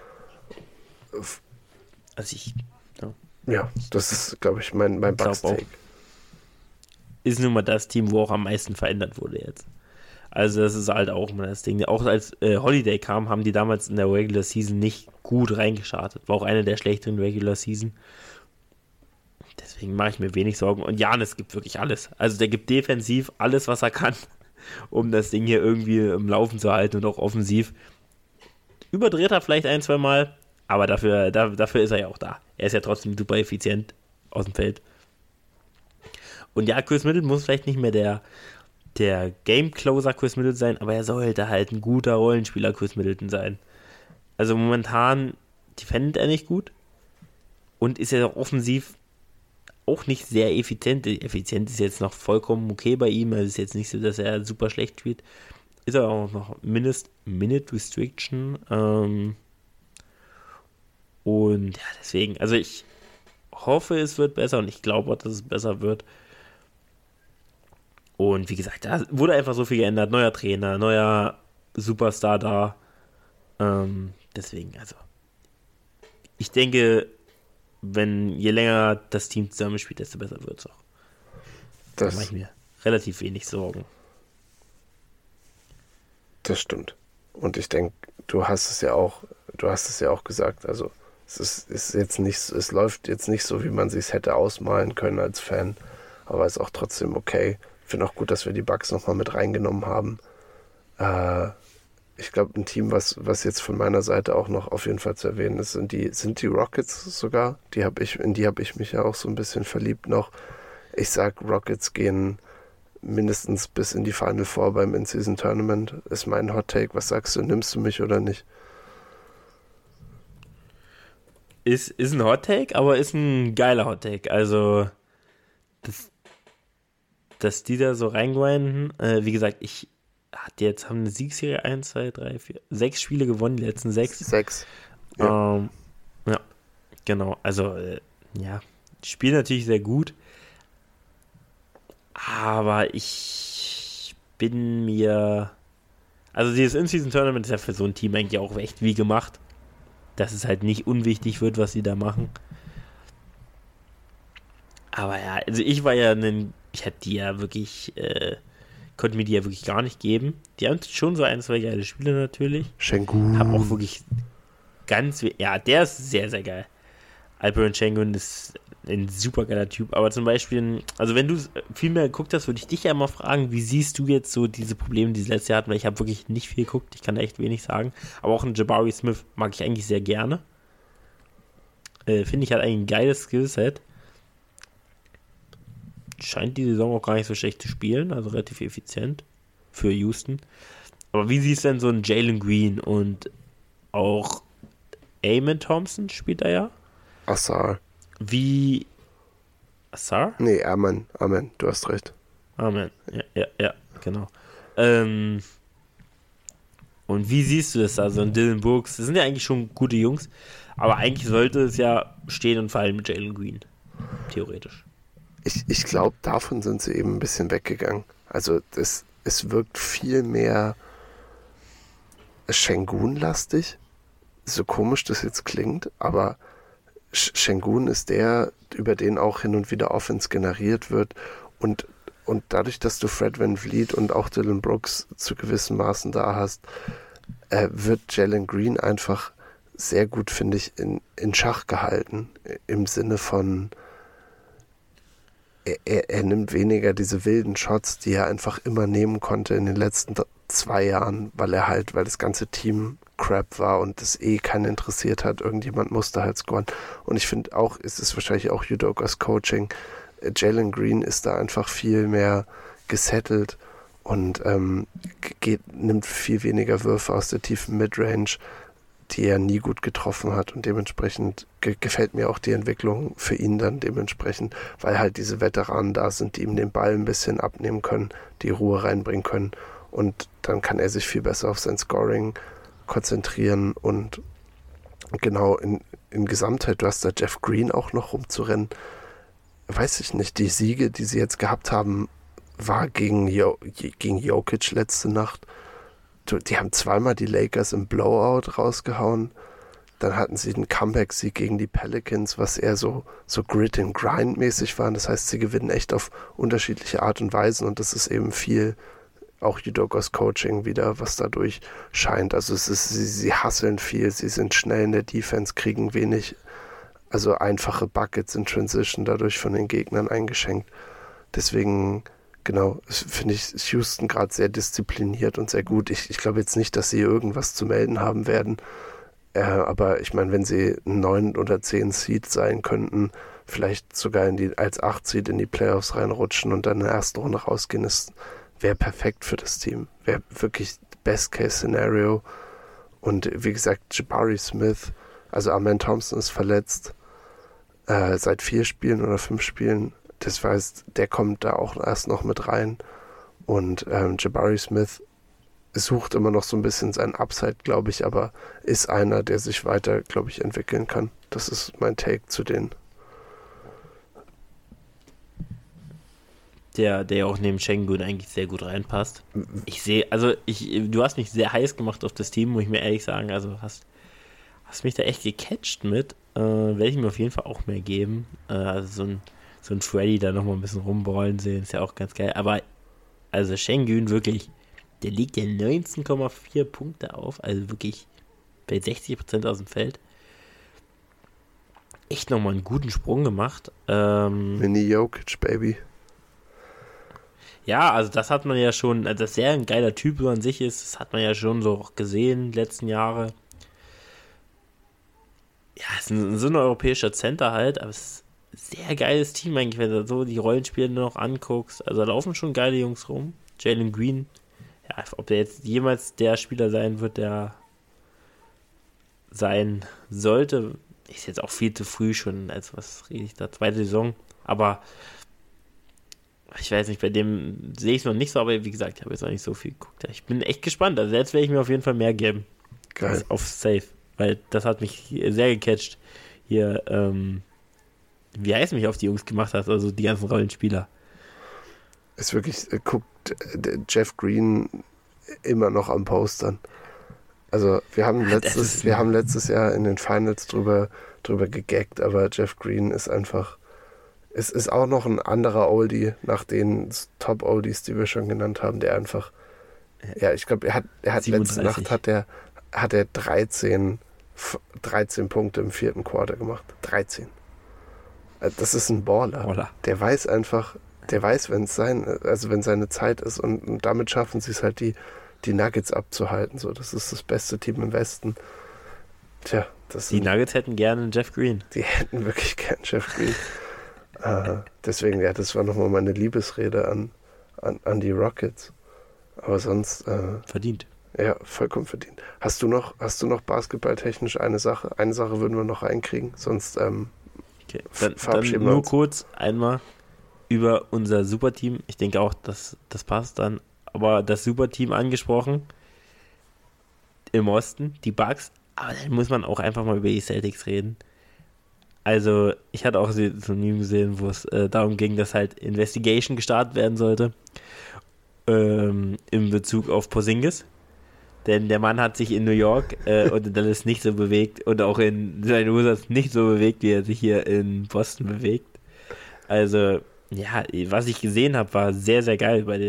Also ja, das ist, glaube ich, mein Bucks-Take. Ist nun mal das Team, wo auch am meisten verändert wurde jetzt. Also das ist halt auch mal das Ding. Auch als Holiday kam, haben die damals in der Regular Season nicht gut reingestartet. War auch eine der schlechteren Regular Season. Deswegen mache ich mir wenig Sorgen. Und Giannis gibt wirklich alles. Also der gibt defensiv alles, was er kann, um das Ding hier irgendwie im Laufen zu halten und auch offensiv. Überdreht er vielleicht 1, 2 Mal, aber dafür ist er ja auch da. Er ist ja trotzdem super effizient aus dem Feld. Und ja, Chris Middleton muss vielleicht nicht mehr der Game-Closer Chris Middleton sein, aber er sollte halt ein guter Rollenspieler Chris Middleton sein. Also momentan defendet er nicht gut. und ist ja offensiv auch nicht sehr effizient. Effizient ist jetzt noch vollkommen okay bei ihm. Es ist jetzt nicht so, dass er super schlecht spielt. Ist er auch noch Minute Restriction. Und ja, deswegen, also ich hoffe, es wird besser und ich glaube auch, dass es besser wird. Und wie gesagt, da wurde einfach so viel geändert. Neuer Trainer, neuer Superstar da. Deswegen, also ich denke, je länger das Team zusammenspielt, desto besser wird es auch. Da mache ich mir relativ wenig Sorgen. Das stimmt. Und ich denke, du hast es ja auch gesagt, also es läuft jetzt nicht so, wie man sich hätte ausmalen können als Fan, aber ist auch trotzdem okay. Ich finde auch gut, dass wir die Bucks nochmal mit reingenommen haben. Ich glaube, ein Team, was jetzt von meiner Seite auch noch auf jeden Fall zu erwähnen ist, sind die Rockets sogar. In die habe ich mich ja auch so ein bisschen verliebt noch. Ich sag, Rockets gehen mindestens bis in die Final Four beim In-Season Tournament. Ist mein Hot Take. Was sagst du? Nimmst du mich oder nicht? Ist ein Hot Take, aber ist ein geiler Hot Take. Also, dass die da so reingrinden. Wie gesagt, haben eine Siegsserie 1, 2, 3, 4, 6 Spiele gewonnen, die letzten 6. 6. Ja, genau. Also, ja, spielen natürlich sehr gut. Aber ich bin mir. Also, dieses In-Season-Tournament ist ja für so ein Team eigentlich auch echt wie gemacht. Dass es halt nicht unwichtig wird, was sie da machen. Aber ja, also ich hätte die ja wirklich, konnte mir die ja wirklich gar nicht geben. Die haben schon so ein, zwei geile Spiele natürlich. Sengun. Hab auch wirklich der ist sehr, sehr geil. Alperen Sengun ist ein super geiler Typ. Aber zum Beispiel, also wenn du viel mehr geguckt hast, würde ich dich ja mal fragen, wie siehst du jetzt so diese Probleme, die sie letztes Jahr hatten? Weil ich habe wirklich nicht viel geguckt. Ich kann da echt wenig sagen. Aber auch einen Jabari Smith mag ich eigentlich sehr gerne. Finde ich, hat eigentlich ein geiles Skillset. Scheint die Saison auch gar nicht so schlecht zu spielen, also relativ effizient für Houston. Aber wie siehst du denn so einen Jalen Green und auch Amen Thompson spielt er ja? Ausar? Nee, Amen, du hast recht. Amen, ja, genau. Und wie siehst du das also in Dylan Brooks? Das sind ja eigentlich schon gute Jungs, aber eigentlich sollte es ja stehen und fallen mit Jalen Green, theoretisch. Ich glaube, davon sind sie eben ein bisschen weggegangen. Also es wirkt viel mehr Sengun-lastig. So komisch das jetzt klingt, aber Sengun ist der, über den auch hin und wieder Offense generiert wird. Und dadurch, dass du Fred VanVleet und auch Dylan Brooks zu gewissen Maßen da hast, wird Jalen Green einfach sehr gut, finde ich, in Schach gehalten. Im Sinne von er nimmt weniger diese wilden Shots, die er einfach immer nehmen konnte in den letzten 2 Jahren, weil das ganze Team Crap war und es keinen interessiert hat. Irgendjemand musste halt scoren. Und ich finde auch, ist es wahrscheinlich auch Udokas Coaching, Jalen Green ist da einfach viel mehr gesettelt und nimmt viel weniger Würfe aus der tiefen Midrange, die er nie gut getroffen hat, und dementsprechend gefällt mir auch die Entwicklung für ihn dann dementsprechend, weil halt diese Veteranen da sind, die ihm den Ball ein bisschen abnehmen können, die Ruhe reinbringen können, und dann kann er sich viel besser auf sein Scoring konzentrieren. Und genau in Gesamtheit, du hast da Jeff Green auch noch rumzurennen, weiß ich nicht, die Siege, die sie jetzt gehabt haben, war gegen Jokic letzte Nacht. Die haben zweimal die Lakers im Blowout rausgehauen. Dann hatten sie einen Comeback-Sieg gegen die Pelicans, was eher so Grit and Grind mäßig war. Das heißt, sie gewinnen echt auf unterschiedliche Art und Weisen, und das ist eben viel auch Udokas Coaching wieder, was dadurch scheint. Also sie hustlen viel, sie sind schnell in der Defense, kriegen wenig, also einfache Buckets in Transition dadurch von den Gegnern eingeschenkt. Deswegen, genau, finde ich Houston gerade sehr diszipliniert und sehr gut. Ich glaube jetzt nicht, dass sie irgendwas zu melden haben werden, aber ich meine, wenn sie ein 9 oder 10 Seed sein könnten, vielleicht sogar als 8 Seed in die Playoffs reinrutschen und dann in der ersten Runde rausgehen, wäre perfekt für das Team. Wäre wirklich Best-Case-Szenario. Und wie gesagt, Jabari Smith, also Amen Thompson ist verletzt. seit 4 Spielen oder 5 Spielen. Das heißt, der kommt da auch erst noch mit rein. Und Jabari Smith sucht immer noch so ein bisschen sein Upside, glaube ich, aber ist einer, der sich weiter, glaube ich, entwickeln kann. Das ist mein Take zu denen. Der auch neben Şengün eigentlich sehr gut reinpasst. Du hast mich sehr heiß gemacht auf das Team, muss ich mir ehrlich sagen. Also hast mich da echt gecatcht mit. Werde ich mir auf jeden Fall auch mehr geben. Also so ein Freddy da nochmal ein bisschen rumballen sehen, ist ja auch ganz geil. Aber also Şengün wirklich, der liegt ja 19,4 Punkte auf, also wirklich bei 60% aus dem Feld. Echt nochmal einen guten Sprung gemacht. Mini Jokic, Baby. Ja, also das hat man ja schon, dass er ein geiler Typ so an sich ist, das hat man ja schon so auch gesehen in den letzten Jahren. Ja, es ist so ein europäischer Center halt, aber es ist ein sehr geiles Team eigentlich, wenn du so die Rollenspiele noch anguckst. Also da laufen schon geile Jungs rum. Jalen Green, ja, ob der jetzt jemals der Spieler sein wird, der sein sollte, ist jetzt auch viel zu früh schon, als was rede ich da, 2. Saison, aber ich weiß nicht, bei dem sehe ich es noch nicht so, aber wie gesagt, ich habe jetzt auch nicht so viel geguckt. Ich bin echt gespannt, also jetzt werde ich mir auf jeden Fall mehr geben. Geil. Auf Safe, weil das hat mich sehr gecatcht. Hier, wie heiß mich auf die Jungs gemacht hat, also die ganzen Rollenspieler. Ist wirklich, guckt Jeff Green immer noch am Postern. Also wir haben letztes Jahr in den Finals drüber gegaggt, aber Jeff Green ist einfach, es ist auch noch ein anderer Oldie nach den Top-Oldies, die wir schon genannt haben, der einfach, ja, ich glaube, er hat 37. letzte Nacht hat er 13 Punkte im 4. Quarter gemacht. 13. Das ist ein Baller. Der weiß einfach, wenn seine Zeit ist und damit schaffen sie es halt, die Nuggets abzuhalten. So, das ist das beste Team im Westen. Tja, die Nuggets hätten gerne Jeff Green. Die hätten wirklich gern Jeff Green. Deswegen, ja, das war nochmal meine Liebesrede an die Rockets. Aber sonst... verdient. Ja, vollkommen verdient. Hast du noch basketballtechnisch eine Sache? Eine Sache würden wir noch reinkriegen, sonst okay. Dann nur kurz einmal über unser Superteam. Ich denke auch, das passt dann. Aber das Superteam angesprochen im Osten, die Bucks, aber dann muss man auch einfach mal über die Celtics reden. Also, ich hatte auch so ein Meme gesehen, wo es darum ging, dass halt Investigation gestartet werden sollte in Bezug auf Porzingis. Denn der Mann hat sich in New York und in Dallas nicht so bewegt und auch in seinen USA nicht so bewegt, wie er sich hier in Boston bewegt. Also, ja, was ich gesehen habe, war sehr, sehr geil bei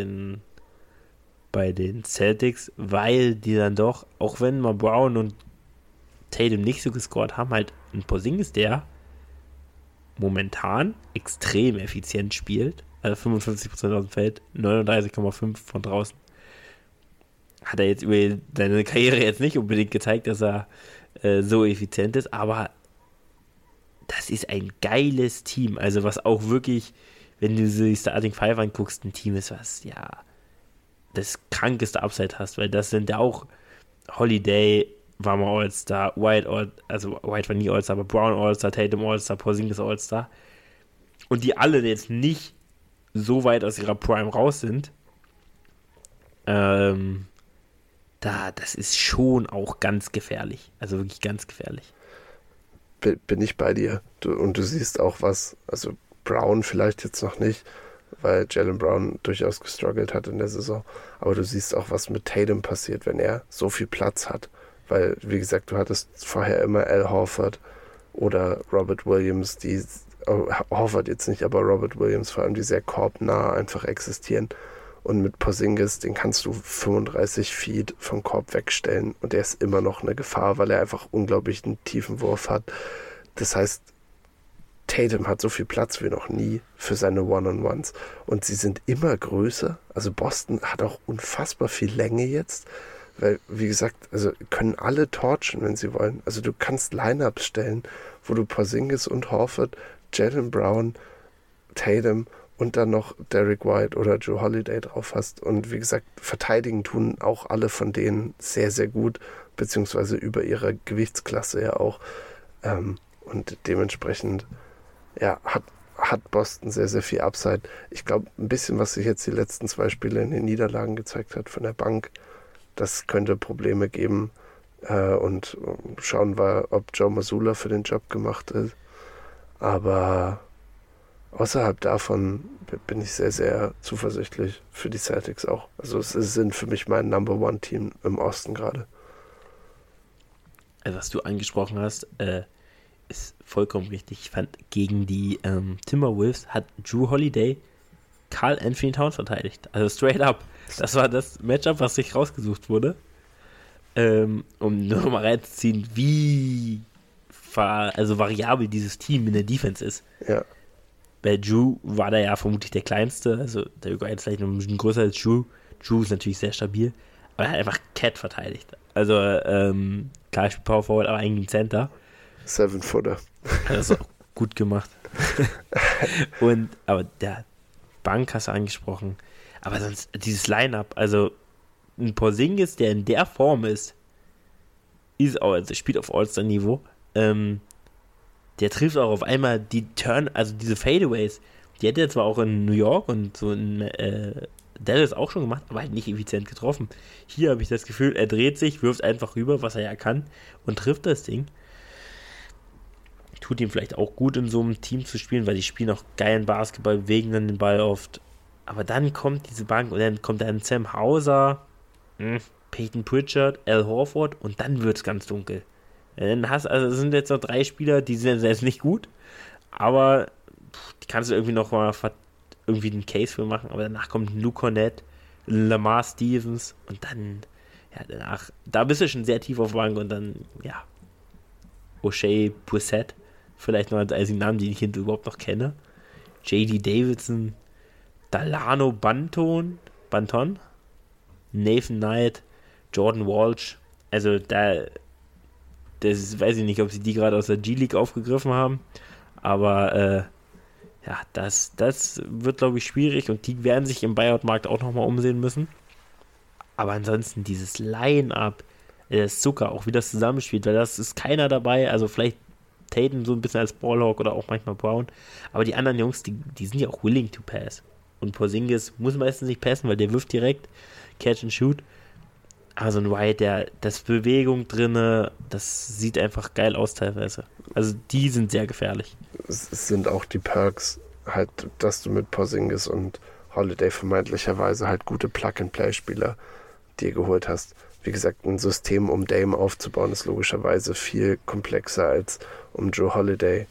den Celtics, weil die dann doch, auch wenn mal Brown und Tatum nicht so gescored haben, halt ein Porzingis, der momentan extrem effizient spielt, also 55% aus dem Feld, 39,5% von draußen. Hat er jetzt über seine Karriere jetzt nicht unbedingt gezeigt, dass er so effizient ist, aber das ist ein geiles Team, also was auch wirklich, wenn du so die Starting Five anguckst, ein Team ist, was ja das krankeste Upside hast, weil das sind ja auch Holiday, war mal All-Star, White war nie All-Star, aber Brown All-Star, Tatum All-Star, Porzingis All-Star und die alle jetzt nicht so weit aus ihrer Prime raus sind, das ist schon auch ganz gefährlich, also wirklich ganz gefährlich. Bin ich bei dir. Du siehst auch was, also Brown vielleicht jetzt noch nicht, weil Jaylen Brown durchaus gestruggelt hat in der Saison, aber du siehst auch, was mit Tatum passiert, wenn er so viel Platz hat, weil, wie gesagt, du hattest vorher immer Al Horford oder Robert Williams, Horford jetzt nicht, aber Robert Williams vor allem, die sehr korbnah einfach existieren, und mit Porzingis, den kannst du 35 Feet vom Korb wegstellen und der ist immer noch eine Gefahr, weil er einfach unglaublich einen tiefen Wurf hat. Das heißt, Tatum hat so viel Platz wie noch nie für seine One-on-Ones und sie sind immer größer. Also Boston hat auch unfassbar viel Länge jetzt, weil, wie gesagt, also können alle torchen, wenn sie wollen. Also du kannst Lineups stellen, wo du Porzingis und Horford, Jaylen Brown, Tatum und dann noch Derek White oder Joe Holiday drauf hast. Und wie gesagt, verteidigen tun auch alle von denen sehr, sehr gut, beziehungsweise über ihre Gewichtsklasse ja auch. Und dementsprechend, ja, hat Boston sehr, sehr viel Upside. Ich glaube, ein bisschen, was sich jetzt die letzten 2 Spiele in den Niederlagen gezeigt hat von der Bank, das könnte Probleme geben. Und schauen wir, ob Joe Mazzulla für den Job gemacht ist. Aber außerhalb davon bin ich sehr, sehr zuversichtlich für die Celtics auch. Also es sind für mich mein Number-One-Team im Osten gerade. Also was du angesprochen hast, ist vollkommen richtig. Ich fand, gegen die Timberwolves hat Jrue Holiday Karl Anthony Towns verteidigt. Also straight up. Das war das Matchup, was sich rausgesucht wurde. Um nur noch mal reinzuziehen, wie variabel dieses Team in der Defense ist. Ja. Bei Jrue war der ja vermutlich der kleinste. Also der Übrigen ist vielleicht noch ein bisschen größer als Jrue. Jrue ist natürlich sehr stabil. Aber er hat einfach Cat verteidigt. Also klar, ich bin Power Forward, aber eigentlich ein Center. 7-Footer. Das ist auch gut gemacht. Aber der Bank hast du angesprochen. Aber sonst, dieses Line-Up, also ein Porzingis, der in der Form ist auch, also spielt auf All-Star-Niveau, der trifft auch auf einmal die also diese Fadeaways, die hat er zwar auch in New York und so in Dallas auch schon gemacht, aber halt nicht effizient getroffen. Hier habe ich das Gefühl, er dreht sich, wirft einfach rüber, was er ja kann, und trifft das Ding. Tut ihm vielleicht auch gut, in so einem Team zu spielen, weil die spielen auch geilen Basketball, bewegen dann den Ball oft. Aber dann kommt diese Bank und dann kommt dann Sam Hauser, Peyton Pritchard, Al Horford und dann wird es ganz dunkel. Also es sind jetzt noch 3 Spieler, die sind jetzt nicht gut, aber die kannst du irgendwie noch mal irgendwie einen Case für machen, aber danach kommt Luke Cornett, Lamar Stevens und dann, ja, danach, da bist du schon sehr tief auf der Bank und dann, ja, O'Shea Brissett, vielleicht noch als einzigen Namen, den ich überhaupt noch kenne, J.D. Davidson, Dalano Banton, Nathan Knight, Jordan Walsh, also das weiß ich nicht, ob sie die gerade aus der G-League aufgegriffen haben, aber ja, das wird, glaube ich, schwierig und die werden sich im Buyout-Markt auch nochmal umsehen müssen. Aber ansonsten dieses Line-Up, das Zucker, auch wie das zusammenspielt, weil das ist keiner dabei, also vielleicht Tatum so ein bisschen als Ballhawk oder auch manchmal Brown, aber die anderen Jungs, die sind ja auch willing to pass. Und Porzingis muss meistens nicht passen, weil der wirft direkt, Catch and Shoot. Aber so ein White, das Bewegung drinne, das sieht einfach geil aus teilweise. Also die sind sehr gefährlich. Es sind auch die Perks, halt, dass du mit Porzingis und Holiday vermeintlicherweise halt gute Plug-and-Play-Spieler dir geholt hast. Wie gesagt, ein System, um Dame aufzubauen, ist logischerweise viel komplexer als um Jrue Holiday,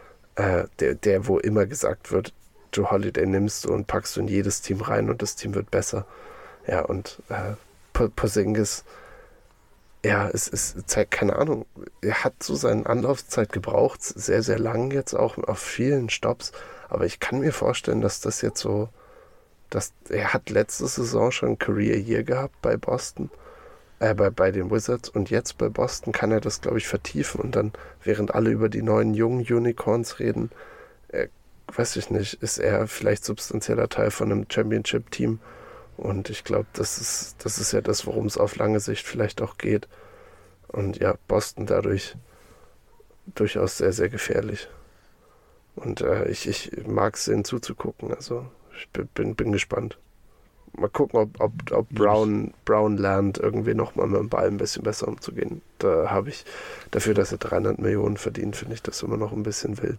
der wo immer gesagt wird, Jrue Holiday nimmst du und packst du in jedes Team rein und das Team wird besser. Ja, und Porzingis, ja, es zeigt, keine Ahnung, er hat so seine Anlaufzeit gebraucht, sehr, sehr lang jetzt auch auf vielen Stops, aber ich kann mir vorstellen, dass das jetzt so, dass er hat letzte Saison schon ein Career Year gehabt bei Boston, bei den Wizards und jetzt bei Boston kann er das, glaube ich, vertiefen und dann, während alle über die neuen jungen Unicorns reden, weiß ich nicht, ist er vielleicht substanzieller Teil von einem Championship-Team. Und ich glaube, das ist ja das, worum es auf lange Sicht vielleicht auch geht. Und ja, Boston dadurch durchaus sehr, sehr gefährlich. Und ich mag es, denen zuzugucken. Also ich bin gespannt. Mal gucken, ob Brown lernt, irgendwie nochmal mit dem Ball ein bisschen besser umzugehen. Da habe ich, dafür, dass er 300 Millionen verdient, finde ich das immer noch ein bisschen wild.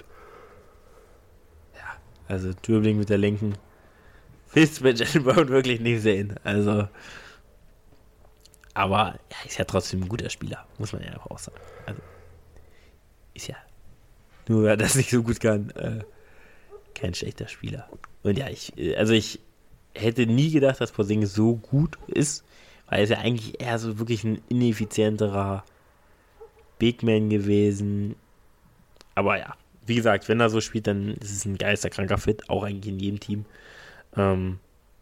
Ja, also Dribbling mit der Linken willst du mit Jaylen Brown wirklich nicht sehen. Also, aber ja, ist ja trotzdem ein guter Spieler, muss man ja auch sagen. Also, ist ja, nur wer das nicht so gut kann, kein schlechter Spieler. Und ja, ich hätte nie gedacht, dass Porzingis so gut ist, weil er ist ja eigentlich eher so wirklich ein ineffizienterer Big Man gewesen. Aber ja, wie gesagt, wenn er so spielt, dann ist es ein geisterkranker Fit, auch eigentlich in jedem Team. Und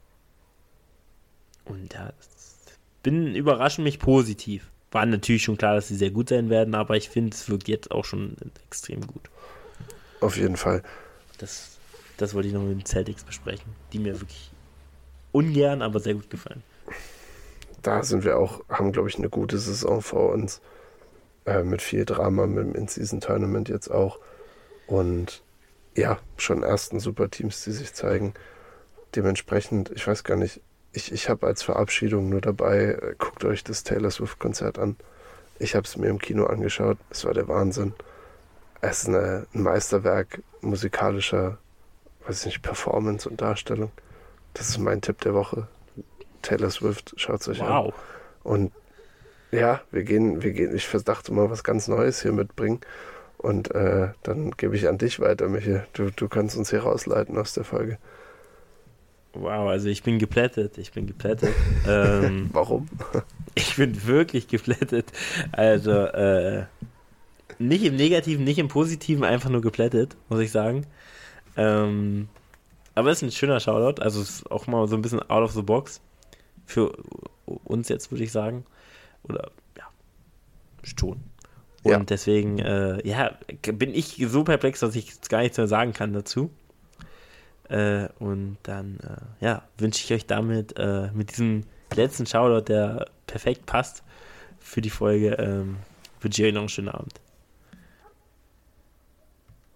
ja, überraschen mich positiv. War natürlich schon klar, dass sie sehr gut sein werden, aber ich finde, es wirkt jetzt auch schon extrem gut. Auf jeden Fall. Das wollte ich noch mit den Celtics besprechen, die mir wirklich ungern, aber sehr gut gefallen. Da haben, glaube ich, eine gute Saison vor uns. Mit viel Drama, mit dem In-Season-Tournament jetzt auch. Und ja, schon ersten Superteams, die sich zeigen. Dementsprechend, ich weiß gar nicht, ich habe als Verabschiedung nur dabei, guckt euch das Taylor Swift-Konzert an. Ich habe es mir im Kino angeschaut, es war der Wahnsinn. Es ist ein Meisterwerk musikalischer, weiß ich nicht, Performance und Darstellung. Das ist mein Tipp der Woche. Taylor Swift, schaut es euch an. Und ja, wir gehen, ich dachte mal, was ganz Neues hier mitbringen. Und dann gebe ich an dich weiter, Michael. Du kannst uns hier rausleiten aus der Folge. Wow, also ich bin geplättet. Warum? Ich bin wirklich geplättet. Also nicht im Negativen, nicht im Positiven, einfach nur geplättet, muss ich sagen. Aber es ist ein schöner Shoutout, also es ist auch mal so ein bisschen out of the box für uns jetzt, würde ich sagen. Oder ja, schon. Und deswegen, bin ich so perplex, dass ich jetzt gar nichts mehr sagen kann dazu. Und dann, wünsche ich euch damit mit diesem letzten Shoutout, der perfekt passt für die Folge, wünsche ich euch noch einen schönen Abend.